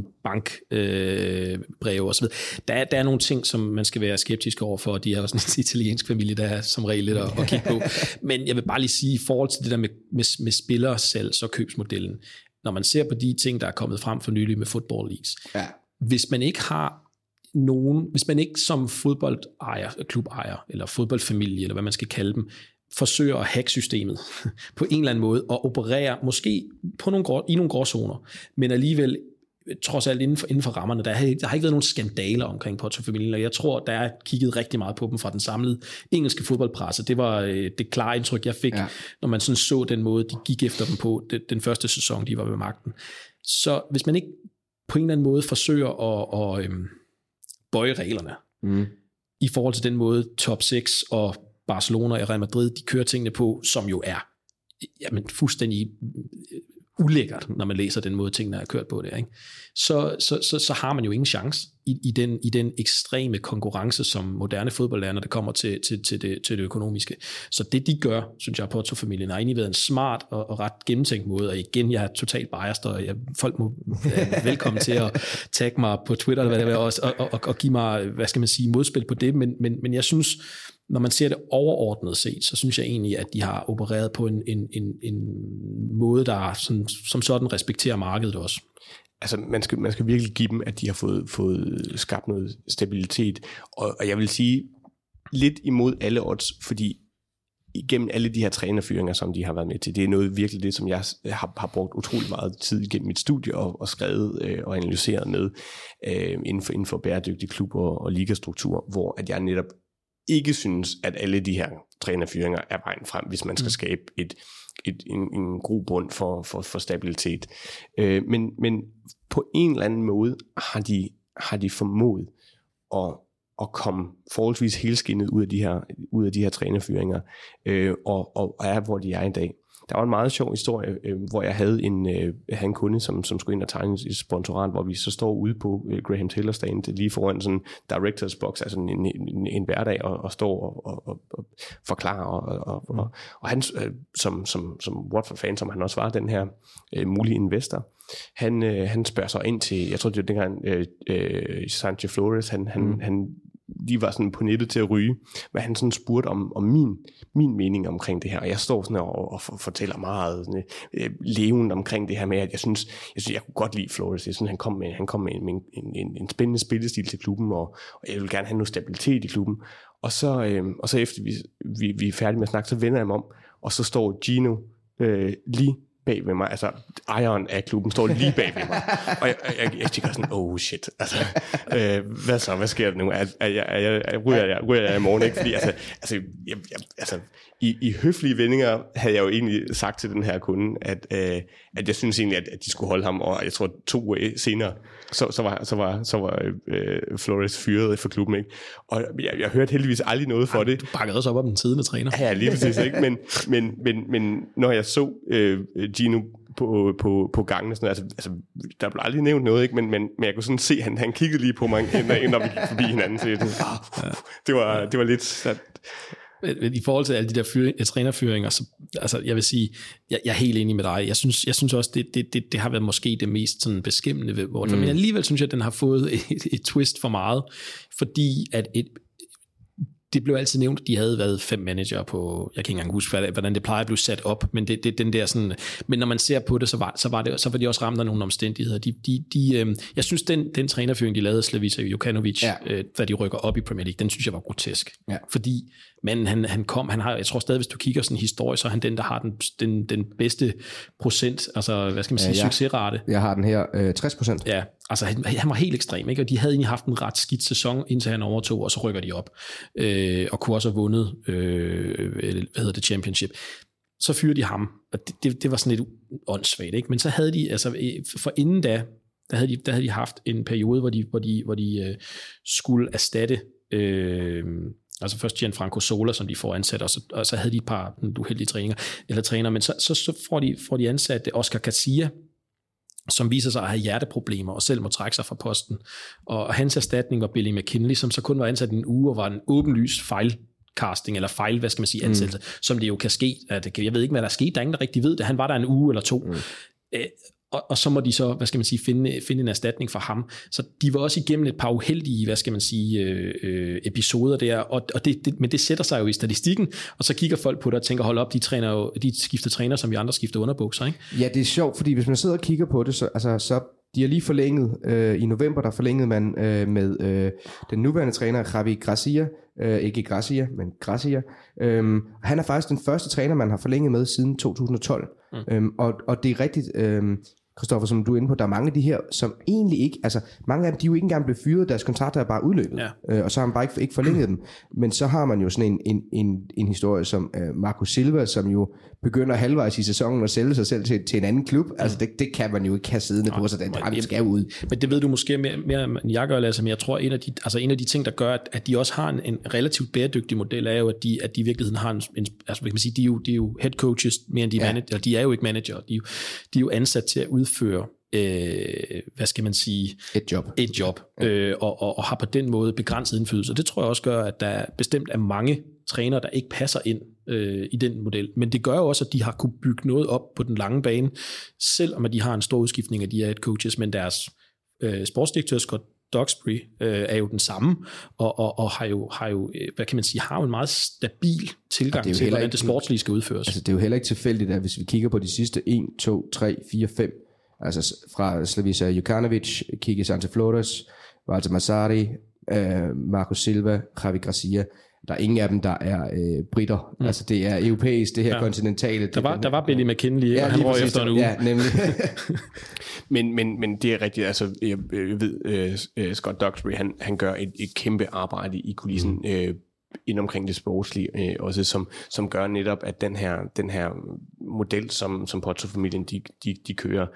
bankbreve og så videre. Der er nogle ting, som man skal være skeptisk over for, og de er også en italiensk familie, der er som regel lidt at kigge på. Men jeg vil bare lige sige, i forhold til det der med spillersalgs- og købsmodellen, når man ser på de ting, der er kommet frem for nylig med Football Leagues, hvis man ikke har hvis man ikke som fodboldejer, klubejer, eller fodboldfamilie, eller hvad man skal kalde dem, forsøger at hacke systemet på en eller anden måde, og operere måske på i nogle gråzoner, men alligevel trods alt inden for rammerne. Der har ikke været nogen skandaler omkring Pozzo-familien, og jeg tror, der er kigget rigtig meget på dem fra den samlede engelske fodboldpresse. Det var det klare indtryk, jeg fik, når man sådan så den måde, de gik efter dem på den første sæson, de var ved magten. Så hvis man ikke på en eller anden måde forsøger at bøje reglerne, i forhold til den måde top 6 og Barcelona og Real Madrid, de kører tingene på, som jo er fuldstændig ulækkert, når man læser den måde, tingene er kørt på det, ikke? Så har man jo ingen chance i den ekstreme konkurrence, som moderne fodbold er, når det kommer til det økonomiske. Så det, de gør, synes jeg, Pozzo-familien har egentlig været en smart og ret gennemtænkt måde, og igen, jeg er totalt biased, og folk må velkommen til at tagge mig på Twitter, eller hvad det er, og give mig, hvad skal man sige, modspil på det, men jeg synes, når man ser det overordnet set, så synes jeg egentlig, at de har opereret på en måde, der som sådan respekterer markedet også. Altså, man skal virkelig give dem, at de har fået skabt noget stabilitet, og jeg vil sige, lidt imod alle odds, fordi igennem alle de her trænerfyringer, som de har været med til, det er noget virkelig det, som jeg har brugt utrolig meget tid igennem mit studie og skrevet og analyseret med inden for bæredygtige klubber og ligastruktur, hvor at jeg netop ikke synes, at alle de her trænerfyringer er vejen frem, hvis man skal skabe en god bund for stabilitet. Men på en eller anden måde har de formået at komme forholdsvis helskindet ud af de her trænerfyringer, og er, hvor de er i dag. Der var en meget sjov historie, hvor jeg havde en kunde, som skulle ind og tegne et sponsorat, hvor vi så står ude på Graham Taylor stand lige foran sådan directors box, altså en hverdag, og står og forklarer, og han som Watford-fan, som han også var, den her mulige investor, han spørger så ind til, jeg tror det var dengang Sancho Flores, han de var sådan på nettet til at ryge, hvad han sådan spurgte om min mening omkring det her, og jeg står sådan og fortæller meget sådan, levende omkring det her med, at jeg synes, jeg kunne godt lide Flores. Jeg synes, han kom med en spændende spillestil til klubben, og jeg vil gerne have noget stabilitet i klubben. Og så efter vi er færdige med at snakke, så vender jeg mig om, og så står Gino lige bag ved mig, altså ejeren af klubben står lige bag ved mig, og jeg tænker sådan, oh shit, altså, hvad sker der nu? Ryger jeg i morgen, ikke? Fordi altså i høflige vendinger havde jeg jo egentlig sagt til den her kunde, at jeg synes egentlig, at de skulle holde ham, og jeg tror 2 uger senere, så var Flores fyret for klubben, ikke? Og jeg hørte heldigvis aldrig noget for det. Du bakkede også op om den siddende træner. Ja, lige præcis, ikke? Men når jeg så Gino på gangen, sådan, altså der blev aldrig nævnt noget, ikke? Men jeg kunne sådan se, han kiggede lige på mig, når vi gik forbi hinanden, så jeg tænkte, det var lidt sat. I forhold til alle de der trænerfyringer, så, altså jeg vil sige, jeg er helt enig med dig. Jeg synes også, det har været måske det mest sådan beskæmmende ved Watford, men alligevel synes jeg, at den har fået et twist for meget, fordi at det blev altid nævnt, at de havde været 5 manager på, jeg kan ikke engang huske, hvordan det plejer at blive sat op, men det den der sådan, men når man ser på det, så var de også ramt af nogle omstændigheder. Jeg synes, den trænerføring, de lavede, Slavisa Jokanovic, hvad de rykker op i Premier League, den synes jeg var grotesk. Ja. fordi han har, jeg tror stadig, hvis du kigger sådan historisk, så er han den, der har den bedste procent, altså hvad skal man sige, succesrate. Jeg har den her 60%. Ja, altså han var helt ekstrem, ikke? Og de havde egentlig haft en ret skidt sæson, indtil han overtog, og så rykker de op, og kunne også have vundet, championship. Så fyrer de ham, og det var sådan lidt åndssvagt, ikke? Men så havde de, altså for inden da havde de haft en periode, hvor de skulle erstatte, altså først Gianfranco Sola, som de får ansat, og så havde de et par uheldige træner, men så får de ansat Oscar Garcia, som viser sig at have hjerteproblemer, og selv må trække sig fra posten. Og hans erstatning var Billy McKinley, som så kun var ansat i en uge, og var en åbenlys fejlcasting, eller hvad skal man sige, ansættelse, som det jo kan ske. Jeg ved ikke, hvad der er sket, der er ingen, der rigtig ved det. Han var der en uge eller 2. Og så må de så, hvad skal man sige, finde en erstatning for ham. Så de var også igennem et par uheldige, hvad skal man sige, episoder der, men det sætter sig jo i statistikken, og så kigger folk på det og tænker, hold op, de skifter træner, som vi andre skifter underbukser, ikke? Ja, det er sjovt, fordi hvis man sidder og kigger på det, så de har lige forlænget, i november, der forlængede man med den nuværende træner, Javi Gracia, ikke Gracia, men Gracia. Han er faktisk den første træner, man har forlænget med siden 2012. Og det er rigtigt, Christoffer, som du er inde på, der er mange af de her, som egentlig ikke, altså mange af dem, de er jo ikke engang blevet fyret, deres kontrakter er bare udløbet, og så har man bare ikke forlænget dem. Men så har man jo sådan en historie som Marco Silva, som jo begynder halvvejs i sæsonen at sælge sig selv til en anden klub. Altså det kan man jo ikke have siddende på, så den skal ud. Men det ved du måske mere end jeg gør, Lasse, men jeg tror, en af de ting, der gør, at de også har en relativt bæredygtig model, er jo, at de i virkeligheden har altså kan man sige, de er jo head coaches mere end de manager. De er jo ikke manager. De er jo ansat til at udføre hvad skal man sige, et job og har på den måde begrænset indflydelse. Det tror jeg også gør, at der bestemt er mange trænere, der ikke passer ind i den model. Men det gør jo også, at de har kunne bygge noget op på den lange bane, selvom at de har en stor udskiftning af de her head coaches, men deres sportsdirektør Scott Duxbury er jo den samme, og har jo, hvad kan man sige, har jo en meget stabil tilgang til, hvordan det sportslige skal udføres. Altså det er jo heller ikke tilfældigt, at hvis vi kigger på de sidste 1, 2, 3, 4, 5, altså fra Slavisa Jokanovic, Kike Santeflores, Walter Mazzari, Marco Silva, Javi Gracia, der er ingen af dem, der er britter. Altså det er europæisk, det her kontinentale. Der var Billy McKinley, og han røg efter en uge. Ja, nemlig. men det er rigtigt, altså jeg ved, Scott Duxbury, han gør et kæmpe arbejde i kulissen, ind omkring det sportslige, også som gør netop, at den her model, som Pozzo-familien de kører,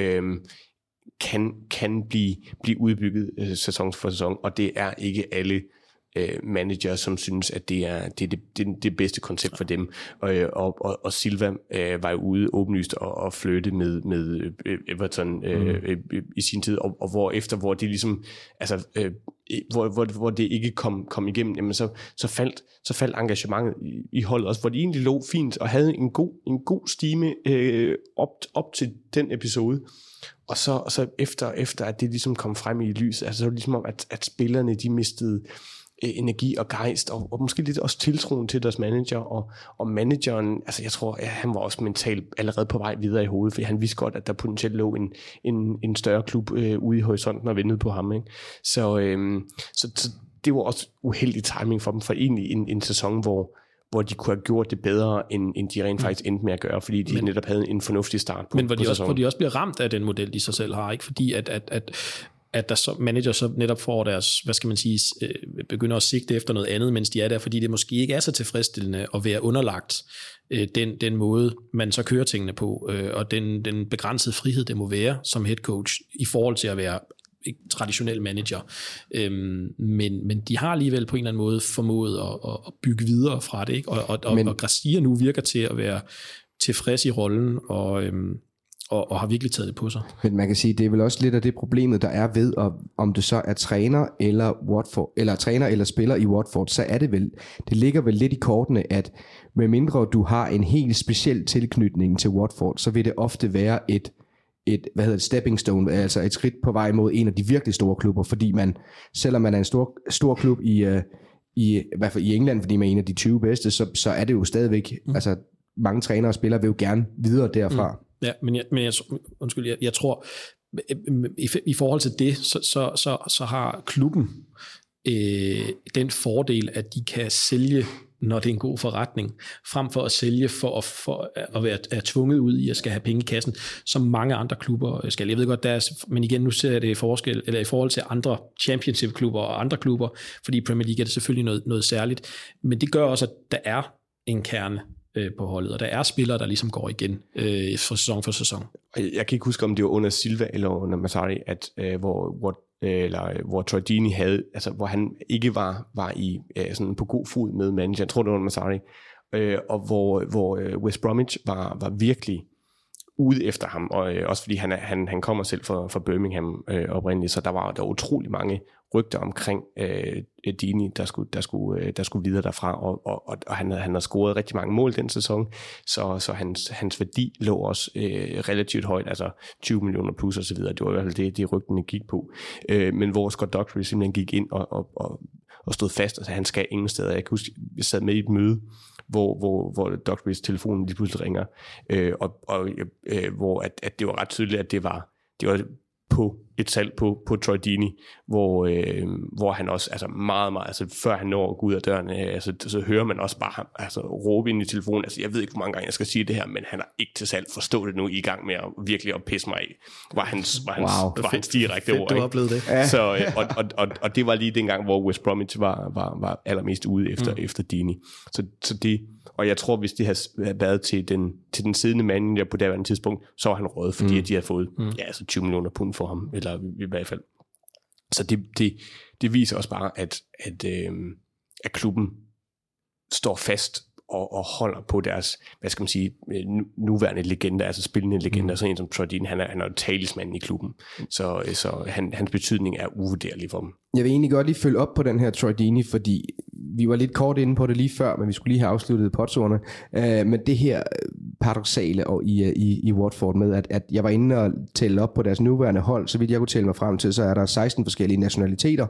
kan blive udbygget sæson for sæson, og det er ikke alle manager, som synes, at det er det bedste koncept for dem. Og Silva var jo ude åbenlyst og flytte med Everton i sin tid, og hvor det ligesom, altså hvor det ikke kom igennem, jamen så faldt engagementet i holdet også, hvor de egentlig lå fint og havde en god stime op til den episode. Og så efter at det ligesom kom frem i lys, altså så var det ligesom om, at spillerne, de mistede energi og gejst, og måske lidt også tiltroen til deres manager, og manageren, altså jeg tror, han var også mentalt allerede på vej videre i hovedet, fordi han vidste godt, at der potentielt lå en større klub ude i horisonten og ventede på ham, ikke? Så det var også uheldig timing for dem, for egentlig en sæson, hvor de kunne have gjort det bedre, end de rent faktisk endte med at gøre, fordi de netop havde en fornuftig start på. Men hvor de også bliver ramt af den model, de sig selv har, ikke? Fordi at der så manager så netop får deres, hvad skal man sige, begynder at sigte efter noget andet, mens de er der, fordi det måske ikke er så tilfredsstillende at være underlagt den måde, man så kører tingene på, og den begrænsede frihed, det må være som head coach, i forhold til at være traditionel manager. Men de har alligevel på en eller anden måde formået at bygge videre fra det, ikke? Og Gracia nu virker til at være tilfreds i rollen, og har virkelig taget det på sig. Men man kan sige, det er vel også lidt af det problemet, der er ved, om det så er træner eller spiller i Watford, så er det vel, det ligger vel lidt i kortene, at medmindre du har en helt speciel tilknytning til Watford, så vil det ofte være et stepping stone, altså et skridt på vej mod en af de virkelig store klubber, fordi man, selvom man er en stor klub i hvert fald i England, fordi man er en af de 20 bedste, så er det jo stadigvæk, altså mange trænere og spillere vil jo gerne videre derfra. Ja, jeg tror, i forhold til det, så har klubben den fordel, at de kan sælge, når det er en god forretning, frem for at sælge for at være tvunget ud i at skal have penge i kassen, som mange andre klubber skal. Jeg ved godt, men igen, nu ser jeg det i forhold til andre championship-klubber og andre klubber, fordi i Premier League er det selvfølgelig noget særligt, men det gør også, at der er en kerne på holdet, og der er spillere, der ligesom går igen fra sæson for sæson. Jeg kan ikke huske, om det var under Silva eller under Mazzarri, at hvor Troy Deeney havde, altså hvor han ikke var i sådan på god fod med manager. Jeg tror det var under Mazzarri, og hvor West Bromwich var virkelig ude efter ham, og også fordi han kommer selv fra Birmingham oprindeligt, så der var utrolig mange rygter omkring Deeney, der skulle videre derfra, og han har scoret rigtig mange mål den sæson, så hans værdi lå også relativt højt, altså 20 millioner plus og så videre. Det var i hvert fald det rygtene gik på. Men hvor Scott Dockery simpelthen gik ind og stod fast, altså han skal ingen steder. Jeg kan huske, jeg sad med i et møde, hvor Dockerys telefon lige pludselig ringer, hvor at det var ret tydeligt, at det var på et salg på Troy Deeney, hvor han også, altså meget, meget, altså før han når at gå ud af døren, altså, så hører man også bare ham, altså råbe ind i telefonen, altså jeg ved ikke, hvor mange gange jeg skal sige det her, men han er ikke til salg, forstå det nu, i gang med at virkelig at pisse mig af, var hans direkte ord. Du oplevede det. Ja. Så, og det var lige dengang, hvor West Bromwich var allermest ude efter Deeney. Så det, og jeg tror, hvis det havde været til den siddende mand, der på det tidspunkt, så var han røget, fordi at de havde fået altså 20 millioner pund for ham, eller i hvert fald. Så det viser også bare, at klubben står fast og holder på deres, hvad skal man sige, nuværende legender, altså spillende legender, sådan en som Troy Deeney, han er jo talismanden i klubben, så hans betydning er uvurderlig for dem. Jeg vil egentlig godt lige følge op på den her Troy Deeney, fordi vi var lidt kort inde på det lige før, men vi skulle lige have afsluttet podzone. Men det her paradoksale og i Watford med, at jeg var inde og tælle op på deres nuværende hold, så vidt jeg kunne tælle mig frem til, så er der 16 forskellige nationaliteter.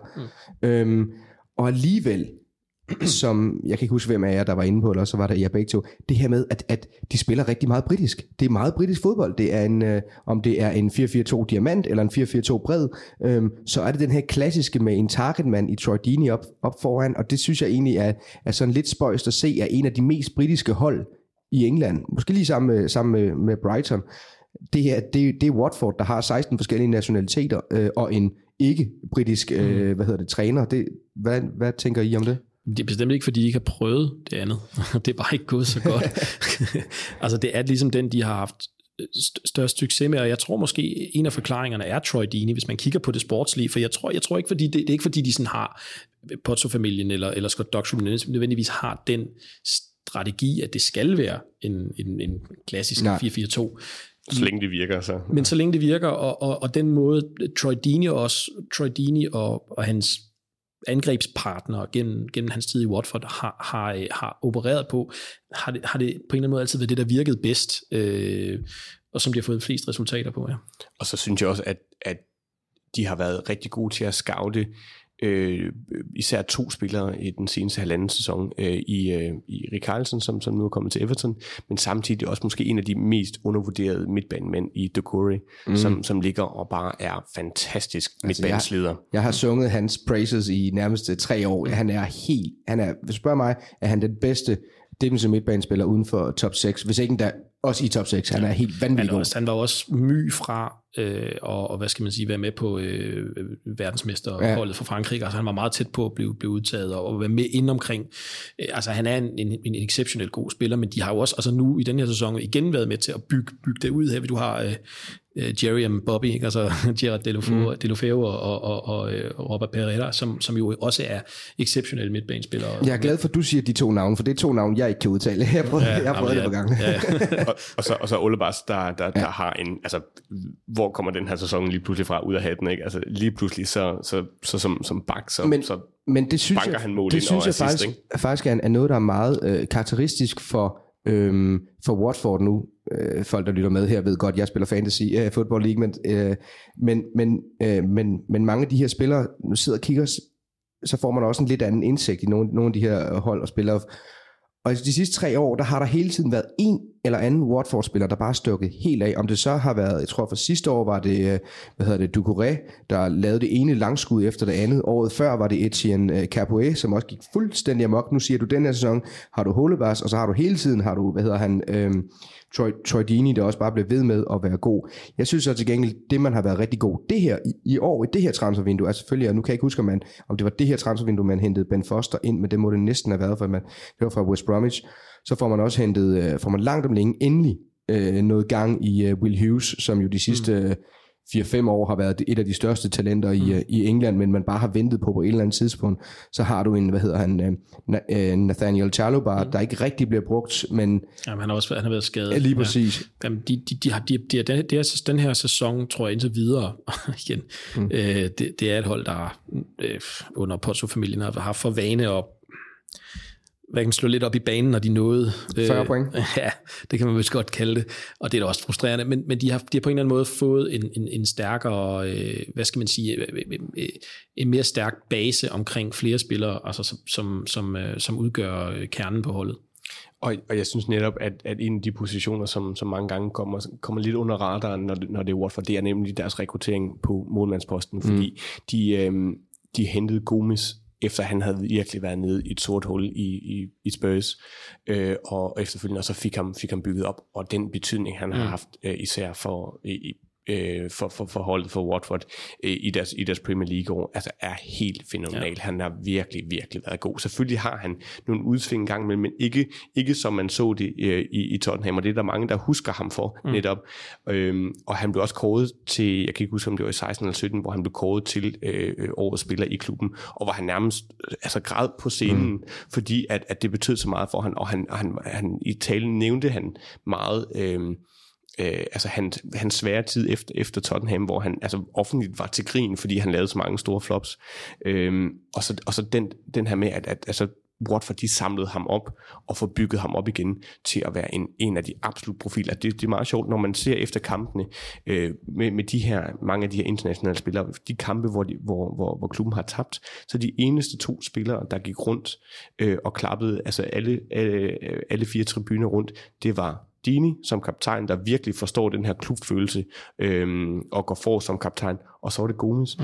Og alligevel, som jeg kan ikke huske, hvem af jer, der var inde på, eller så var der jer begge to, det her med, at de spiller rigtig meget britisk. Det er meget britisk fodbold. Det er om det er en 4-4-2 diamant, eller en 4-4-2 bred, så er det den her klassiske med en targetmand i Troy Deeney op foran, og det synes jeg egentlig er sådan lidt spøjst at se, er en af de mest britiske hold i England. Måske lige sammen med Brighton. Det er Watford, der har 16 forskellige nationaliteter, og en ikke-britisk træner. Hvad tænker I om det? Det er bestemt ikke, fordi de ikke har prøvet det andet. Det er bare ikke gået så godt. Altså det er ligesom den, de har haft størst succes med, og jeg tror måske, en af forklaringerne er Troy Deeney, hvis man kigger på det sportslige, for jeg tror ikke, fordi det er ikke fordi, de sådan har Pozzo-familien eller Scott Dockery nødvendigvis har den strategi, at det skal være en klassisk 4-4-2. Så længe det virker, så. Men så længe det virker, og den måde, Troy Deeney og hans angrebspartner gennem hans tid i Watford har opereret på, har det på en eller anden måde altid været det, der virkede bedst, og som de har fået flest resultater på. Ja. Og så synes jeg også, at de har været rigtig gode til at scoute især 2 spillere i den seneste halvanden sæson, i Rick Carlson, som nu er kommet til Everton, men samtidig også måske en af de mest undervurderede midtbanemænd i Doucouré, som ligger og bare er fantastisk midtbanesleder. Jeg har sunget hans praises i nærmest 3 år. Han er, hvis du spørger mig, er han den bedste defensive midtbanespiller uden for top 6, hvis ikke endda også i top 6. Han er helt vanvittig god. Han var også my fra og hvad skal man sige, være med på verdensmesterholdet for Frankrig. Altså han var meget tæt på at blive udtaget og være med ind omkring. Altså han er en exceptionelt god spiller, men de har jo også altså nu i den her sæson igen været med til at bygge det ud her. Du har Jerry og Bobby, ikke? Altså Gerard Deulofeu og Robert Pereira, som jo også er exceptionelle midtbanespillere. Jeg er glad for, at du siger de 2 navne, for det er 2 navne, jeg ikke kan udtale. Jeg har prøvet det på gang. Ja. og så Ole Bas, der har en, altså hvor kommer den her sæson lige pludselig fra ud af hatten, ikke? Altså lige pludselig så som bak, men det synes banker han mål ind over assist, ikke? Faktisk er noget, der er meget karakteristisk for Watford nu. Folk, der lytter med her, ved godt, at jeg spiller fantasy football league, men mange af de her spillere, nu sidder og kigger så får man også en lidt anden indsigt i nogle af de her hold og spillere. Og de sidste 3 år, der har der hele tiden været en eller anden Watford-spiller, der bare stukket helt af. Om det så har været, jeg tror for sidste år var det, Doucouré, der lavede det ene langskud efter det andet. Året før var det Etienne Capoue, som også gik fuldstændig amok. Nu siger du, den her sæson har du Holebas, og så har du hele tiden, Troy Deeney, der også bare blev ved med at være god. Jeg synes så til gengæld, det man har været rigtig god, det her i år, i det her transfervindue, altså selvfølgelig, og nu kan jeg ikke huske, om det var det her transfervindue, man hentede Ben Foster ind, men det må det næsten have været, for det var fra West Bromwich. Så får man også hentet, langt om længe endelig noget gang i Will Hughes, som jo de sidste 4-5 år har været et af de største talenter i England, men man bare har ventet på et eller andet tidspunkt. Så har du en, Nathaniel Chalobah, der ikke rigtig bliver brugt, men... Jamen, han har været skadet. Lige præcis. Ja. Jamen, den her sæson, tror jeg indtil videre, igen, det er et hold, der under Pozzo-familien har haft for vane at slå lidt op i banen, når de nåede 40 point. Ja, det kan man vist godt kalde det, og det er da også frustrerende, men de har på en eller anden måde fået en stærkere, en mere stærk base omkring flere spillere, altså som udgør kernen på holdet. Og jeg synes netop, at en af de positioner, som mange gange kommer lidt under radaren, når det er Watford, det er nemlig deres rekruttering på målmandsposten, fordi de hentede Gomes, efter han havde virkelig været nede i et sort hul i Spurs, og efterfølgende så fik ham bygget op, og den betydning, han har haft, især for holdet for Watford i deres Premier League år, altså er helt fænomenal. Ja. Han har virkelig, virkelig været god. Selvfølgelig har han nogle udsving en gang imellem, men ikke som man så det i Tottenham, og det er der mange, der husker ham for netop. Og han blev også kåret til, jeg kan ikke huske, om det var i 16 eller 17, hvor han blev kåret til årets spiller i klubben, og hvor han nærmest græd på scenen, fordi at det betød så meget for ham, og han i talen nævnte han meget... hans svære tid efter Tottenham, hvor han offentligt var til grin, fordi han lavede så mange store flops. Og så den her med, at Watford, de samlede ham op og får bygget ham op igen til at være en af de absolut profiler. Det er meget sjovt, når man ser efter kampene med mange af de her internationale spillere, de kampe, hvor klubben har tabt, så de eneste 2 spillere, der gik rundt og klappede alle 4 tribuner rundt, det var Deeney som kaptajn, der virkelig forstår den her klubfølelse og går for som kaptajn, og så var det Gomes,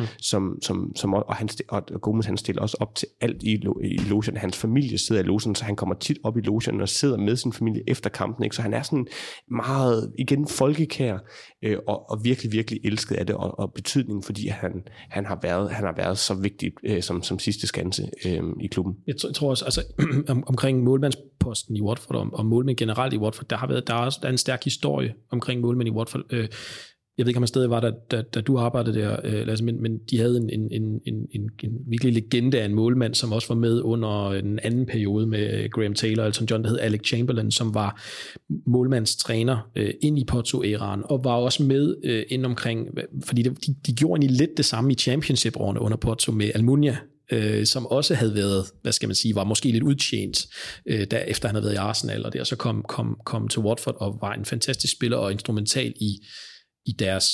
og Gomes, han stiller også op til alt i logen. Hans familie sidder i logen, så han kommer tit op i logen og sidder med sin familie efter kampen, ikke? Så han er sådan meget, igen, folkekær, og virkelig, virkelig elsket af det, og betydningen, fordi han har været så vigtig som sidste skanse i klubben. Jeg tror også, omkring målmandsposten i Watford, og målmænd generelt i Watford, der er en stærk historie omkring målmænd i Watford. Jeg ved ikke, om man stadig var der, da du arbejdede der, Lasse, men de havde en virkelig legende af en målmand, som også var med under en anden periode med Graham Taylor og Elton John, der hed Alex Chamberlain, som var målmandstræner ind i Porto-æraen, og var også med ind omkring, fordi de gjorde egentlig lidt det samme i Championship-årene under Porto med Almunia, som også havde været, var måske lidt udtjent, efter han havde været i Arsenal, og der så kom til Watford og var en fantastisk spiller og instrumental i deres,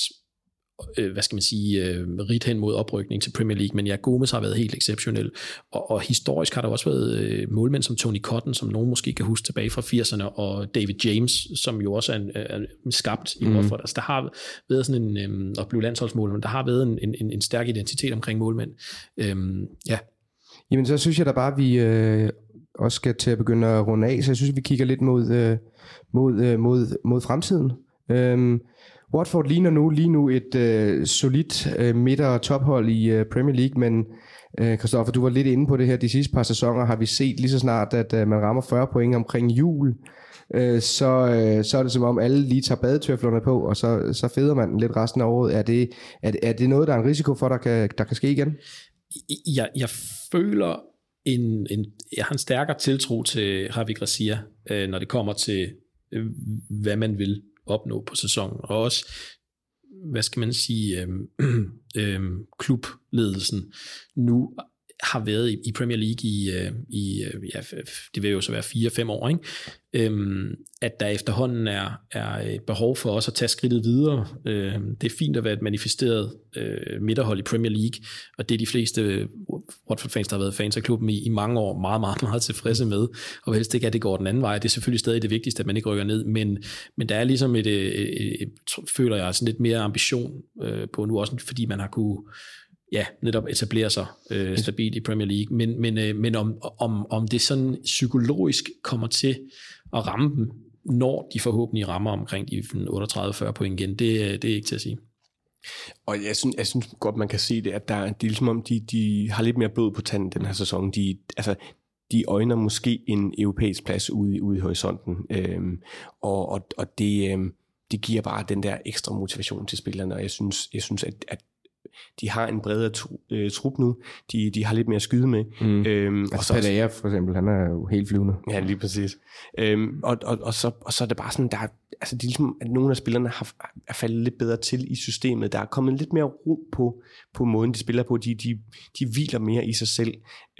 ridt hen mod oprykning til Premier League, men ja, Gomes har været helt exceptionel, og historisk har der også været målmænd som Tony Cotton, som nogen måske kan huske tilbage fra 80'erne, og David James, som jo også er skabt i Watford. Altså, der har været sådan en, og blev landsholdsmålmand, der har været en stærk identitet omkring målmænd. Ja. Jamen, så synes jeg da bare, vi også skal til at begynde at runde af, så jeg synes, vi kigger lidt mod fremtiden. Watford ligner lige nu et solidt midt- og tophold i Premier League, men Christoffer, du var lidt inde på det her. De sidste par sæsoner har vi set lige så snart, at man rammer 40 point omkring jul, så er det som om alle lige tager badetøflerne på, og så feder man lidt resten af året. Er det noget, der er en risiko for, der kan ske igen? Jeg føler jeg har en stærkere tiltro til Javi Gracia, når det kommer til, hvad man vil opnå på sæsonen, og også, klubledelsen. Nu har været i Premier League i det vil jo så være 4-5 år, ikke? At der efterhånden er et behov for os at tage skridtet videre. Det er fint at være et manifesteret midterhold i Premier League, og det er de fleste Watford-fans, der har været fans af klubben i mange år, meget, meget, meget tilfredse med, og helst ikke, at det går den anden vej. Det er selvfølgelig stadig det vigtigste, at man ikke rykker ned, men der er ligesom føler jeg sådan lidt mere ambition på nu, også fordi man har kunne netop etablere sig stabilt i Premier League, men om det sådan psykologisk kommer til at ramme dem, når de forhåbentlig rammer omkring de 38-40 point igen, det er ikke til at sige. Og jeg synes godt, man kan se det, at det er ligesom om, de har lidt mere blod på tanden den her sæson. De øjner måske en europæisk plads ude i horisonten, og det giver bare den der ekstra motivation til spillerne, og jeg synes at de har en bredere trup nu. De har lidt mere at skyde med. Og så Padea for eksempel, han er jo helt flyvende. Ja, lige præcis. Og så er det bare sådan, det er ligesom, at nogle af spillerne er faldet lidt bedre til i systemet. Der er kommet lidt mere ro på måden, de spiller på. De hviler mere i sig selv.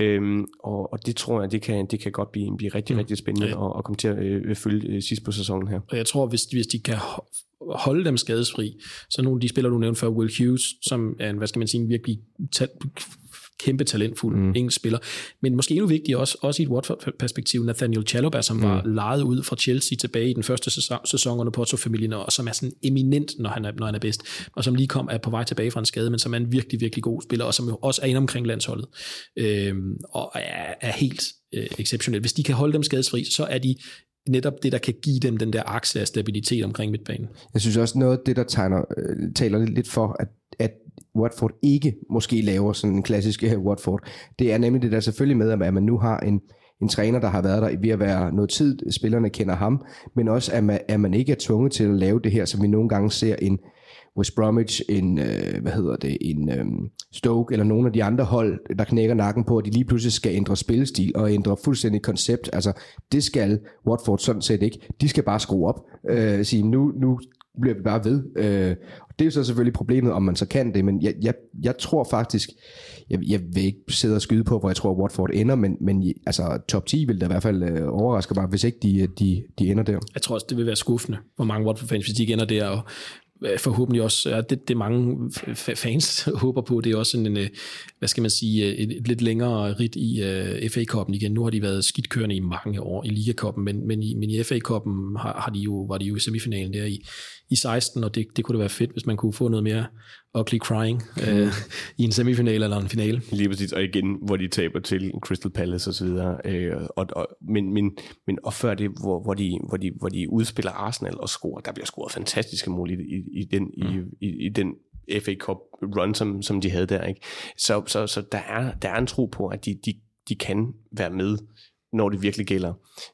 Og det tror jeg, det kan godt blive rigtig, rigtig spændende at komme til at følge sidst på sæsonen her. Og jeg tror, hvis de kan holde dem skadesfri, så nogle af de spillere, du nævnte før, Will Hughes, som er en virkelig kæmpe talentfuld engelsk spiller, men måske endnu vigtigere også i et Watford-perspektiv, Nathaniel Chalobah, som var lejet ud fra Chelsea tilbage i den første sæson under Porto-familien, og som er sådan eminent, når han er bedst, og som lige er på vej tilbage fra en skade, men som er en virkelig, virkelig god spiller, og som jo også er inde omkring landsholdet, og er helt exceptionelt. Hvis de kan holde dem skadesfri, så er de netop det, der kan give dem den der akse af stabilitet omkring midtbanen. Jeg synes også noget af det, der taler lidt for, at Watford ikke måske laver sådan en klassisk Watford, det er nemlig det der selvfølgelig med, at man nu har en træner, der har været der ved at være noget tid, spillerne kender ham, men også at man ikke er tvunget til at lave det her, som vi nogle gange ser en West Bromwich, en Stoke eller nogle af de andre hold, der knækker nakken på, at de lige pludselig skal ændre spillestil og ændre fuldstændig koncept. Altså, det skal Watford sådan set ikke. De skal bare skrue op. Sige, nu bliver vi bare ved. Det er jo så selvfølgelig problemet, om man så kan det, men jeg tror faktisk, jeg vil ikke sidde og skyde på, hvor jeg tror, Watford ender, men altså top 10 vil da i hvert fald overraske mig, hvis ikke de ender der. Jeg tror også, det vil være skuffende for mange Watford-fans, hvis de ikke ender der, og forhåbentlig også, det mange fans håber på, det er også en, hvad skal man sige, et lidt længere ridt i FA-cupen igen. Nu har de været skidtkørende i mange år i Liga-cupen, men i FA-cupen var de jo i semifinalen der i 16, og det kunne da være fedt, hvis man kunne få noget mere ugly crying i en semifinale eller en finale. Lige præcis, og igen, hvor de taber til Crystal Palace og så videre. Men før det, hvor de udspiller Arsenal og scorer, der bliver scoret fantastiske mål i den FA Cup run, som de havde der, ikke? Så der er en tro på, at de kan være med, når det virkelig gælder.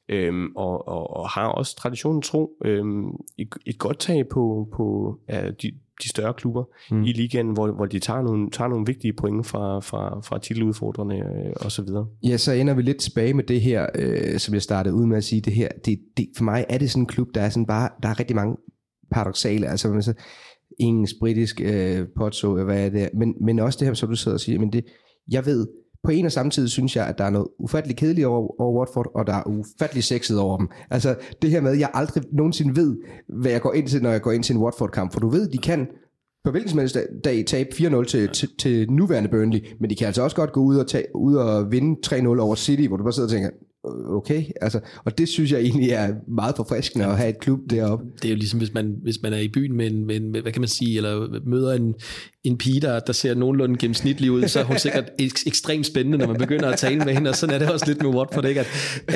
Og har også traditionen tro et godt tag på de større klubber i ligaen, hvor de tager nogle vigtige point fra titeludfordrende og så videre. Ja, så ender vi lidt tilbage med det her, som jeg startede ud med at sige, det her, det for mig er det sådan en klub, der er sådan bare, der er rigtig mange paradoksale, altså engelsk, britisk, Porto, hvad er det, men også det her, som du sidder og siger, men det, jeg ved, på en og samme tid synes jeg, at der er noget ufatteligt kedeligt over Watford, og der er ufatteligt sexet over dem. Altså det her med, at jeg aldrig nogensinde ved, hvad jeg går ind til, når jeg går ind til en Watford-kamp. For du ved, de kan på hvilken som helst dag tabe 4-0 til nuværende Burnley, men de kan altså også godt gå ud og vinde 3-0 over City, hvor du bare sidder og tænker, okay, altså, og det synes jeg egentlig er meget forfriskende at have et klub deroppe. Det er jo ligesom, hvis man er i byen med hvad kan man sige, eller møder en pige, der ser nogenlunde gennemsnitlig ud, så er hun sikkert ekstremt spændende, når man begynder at tale med hende, og sådan er det også lidt med Watford, ikke?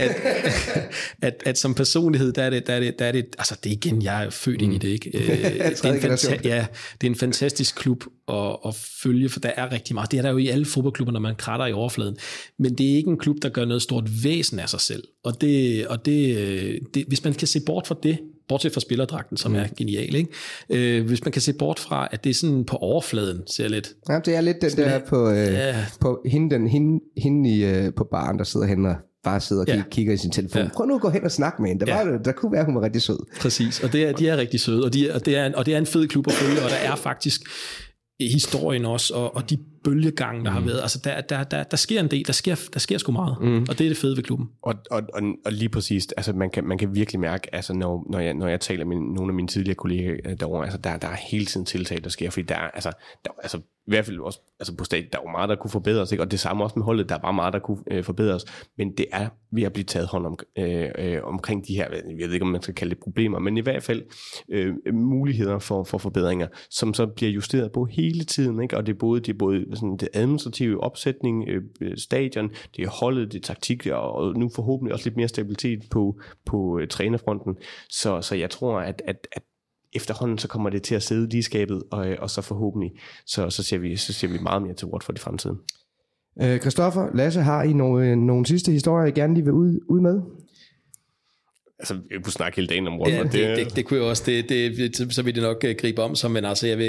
At som personlighed, der er det, altså det er igen, jeg er født ind i det, ikke? Det er en fantastisk klub at følge, for der er rigtig meget. Det er der jo i alle fodboldklubber, når man kratter i overfladen, men det er ikke en klub, der gør noget stort væsen af sig selv, og det hvis man kan se bort fra det, bortset fra spillerdragten, som er genial, ikke? Hvis man kan se bort fra, at det er sådan på overfladen, ser lidt. Ja, det er lidt den der på hende på baren, der sidder hen og bare sidder og kigger i sin telefon. Prøv nu at gå hen og snakke med hende. Der kunne være, hun var rigtig sød. Præcis, og de er rigtig søde, og det er en fed klub at følge, og der er faktisk historien også, og de bølgegange, der har været. Altså, der sker en del, der sker sgu meget, og det er det fede ved klubben. Og lige præcis, altså man kan virkelig mærke, altså når jeg taler med nogle af mine tidligere kolleger derovre, altså der er hele tiden tiltag, der sker, fordi der er altså i hvert fald også altså på stadion, der var meget, der kunne forbedres, ikke? Og det samme også med holdet, der var meget, der kunne forbedres, men det er ved at blive taget hånd om omkring de her, jeg ved ikke, om man skal kalde det problemer, men i hvert fald muligheder for forbedringer, som så bliver justeret på hele tiden, ikke? Og det er både sådan det administrative opsætning, stadion, det er holdet, det er taktik, og nu forhåbentlig også lidt mere stabilitet på trænerfronten, så jeg tror, at efterhånden så kommer det til at sidde lige i skabet, og så forhåbentlig, så ser vi meget mere til Watford i fremtiden. Christoffer, Lasse, har I nogle sidste historier, I gerne lige vil ud med? Altså, jeg kunne snakke hele dagen om Watford. Ja, det kunne jeg også. Så vil det nok gribe om sig, men altså, jeg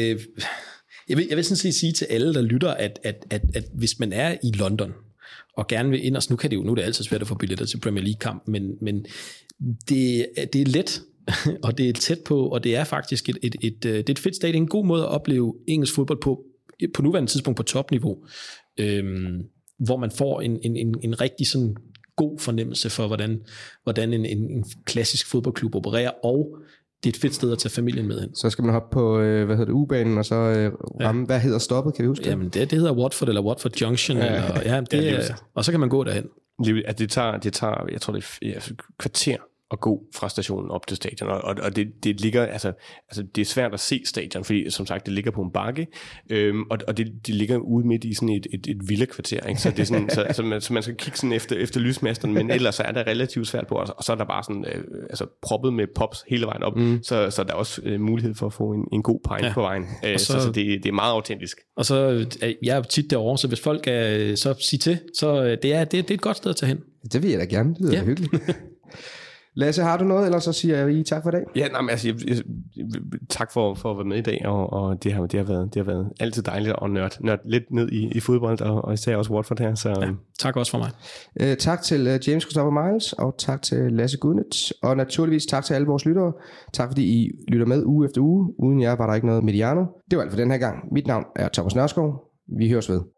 vil sådan set sige til alle, der lytter, at hvis man er i London, og gerne vil ind, og nu er det altid svært at få billetter til Premier League-kamp, men det er let, og det er tæt på, og det er faktisk det er et fedt stadie, en god måde at opleve engelsk fodbold på nuværende tidspunkt på topniveau, hvor man får en rigtig sådan god fornemmelse for, hvordan en klassisk fodboldklub opererer, og det er et fedt sted at tage familien med hen. Så skal man hoppe på, U-banen, og så ramme, hvad hedder stoppet, kan vi huske det? Jamen det hedder Watford, eller Watford Junction, og så kan man gå derhen. Det tager, jeg tror det er kvarter at gå fra stationen op til stadion, og det ligger, altså det er svært at se stadion, fordi som sagt, det ligger på en bakke, og det ligger ude midt i sådan et villakvarter, ikke? Så det er sådan, så man skal kigge sådan efter lysmasterne, men ellers så er der relativt svært på, og så er der bare sådan, proppet med pops hele vejen op, så der er også mulighed for at få en god pejling på vejen, så det er meget autentisk. Og så jeg er tit derovre, så hvis folk så siger til, så det er et godt sted at tage hen. Det vil jeg da gerne, det lyder hyggeligt. Lasse, har du noget, eller så siger jeg tak for i dag? Ja, altså, tak for at være med i dag, og det har været altid dejligt at nørde lidt ned i fodbold, og især også Watford her. Så. Ja, tak også for mig. Tak til James Christopher Miles, og tak til Lasse Gudnet, og naturligvis tak til alle vores lyttere. Tak fordi I lytter med uge efter uge. Uden jer var der ikke noget Mediano. Det var alt for den her gang. Mit navn er Thomas Nørskov. Vi høres ved.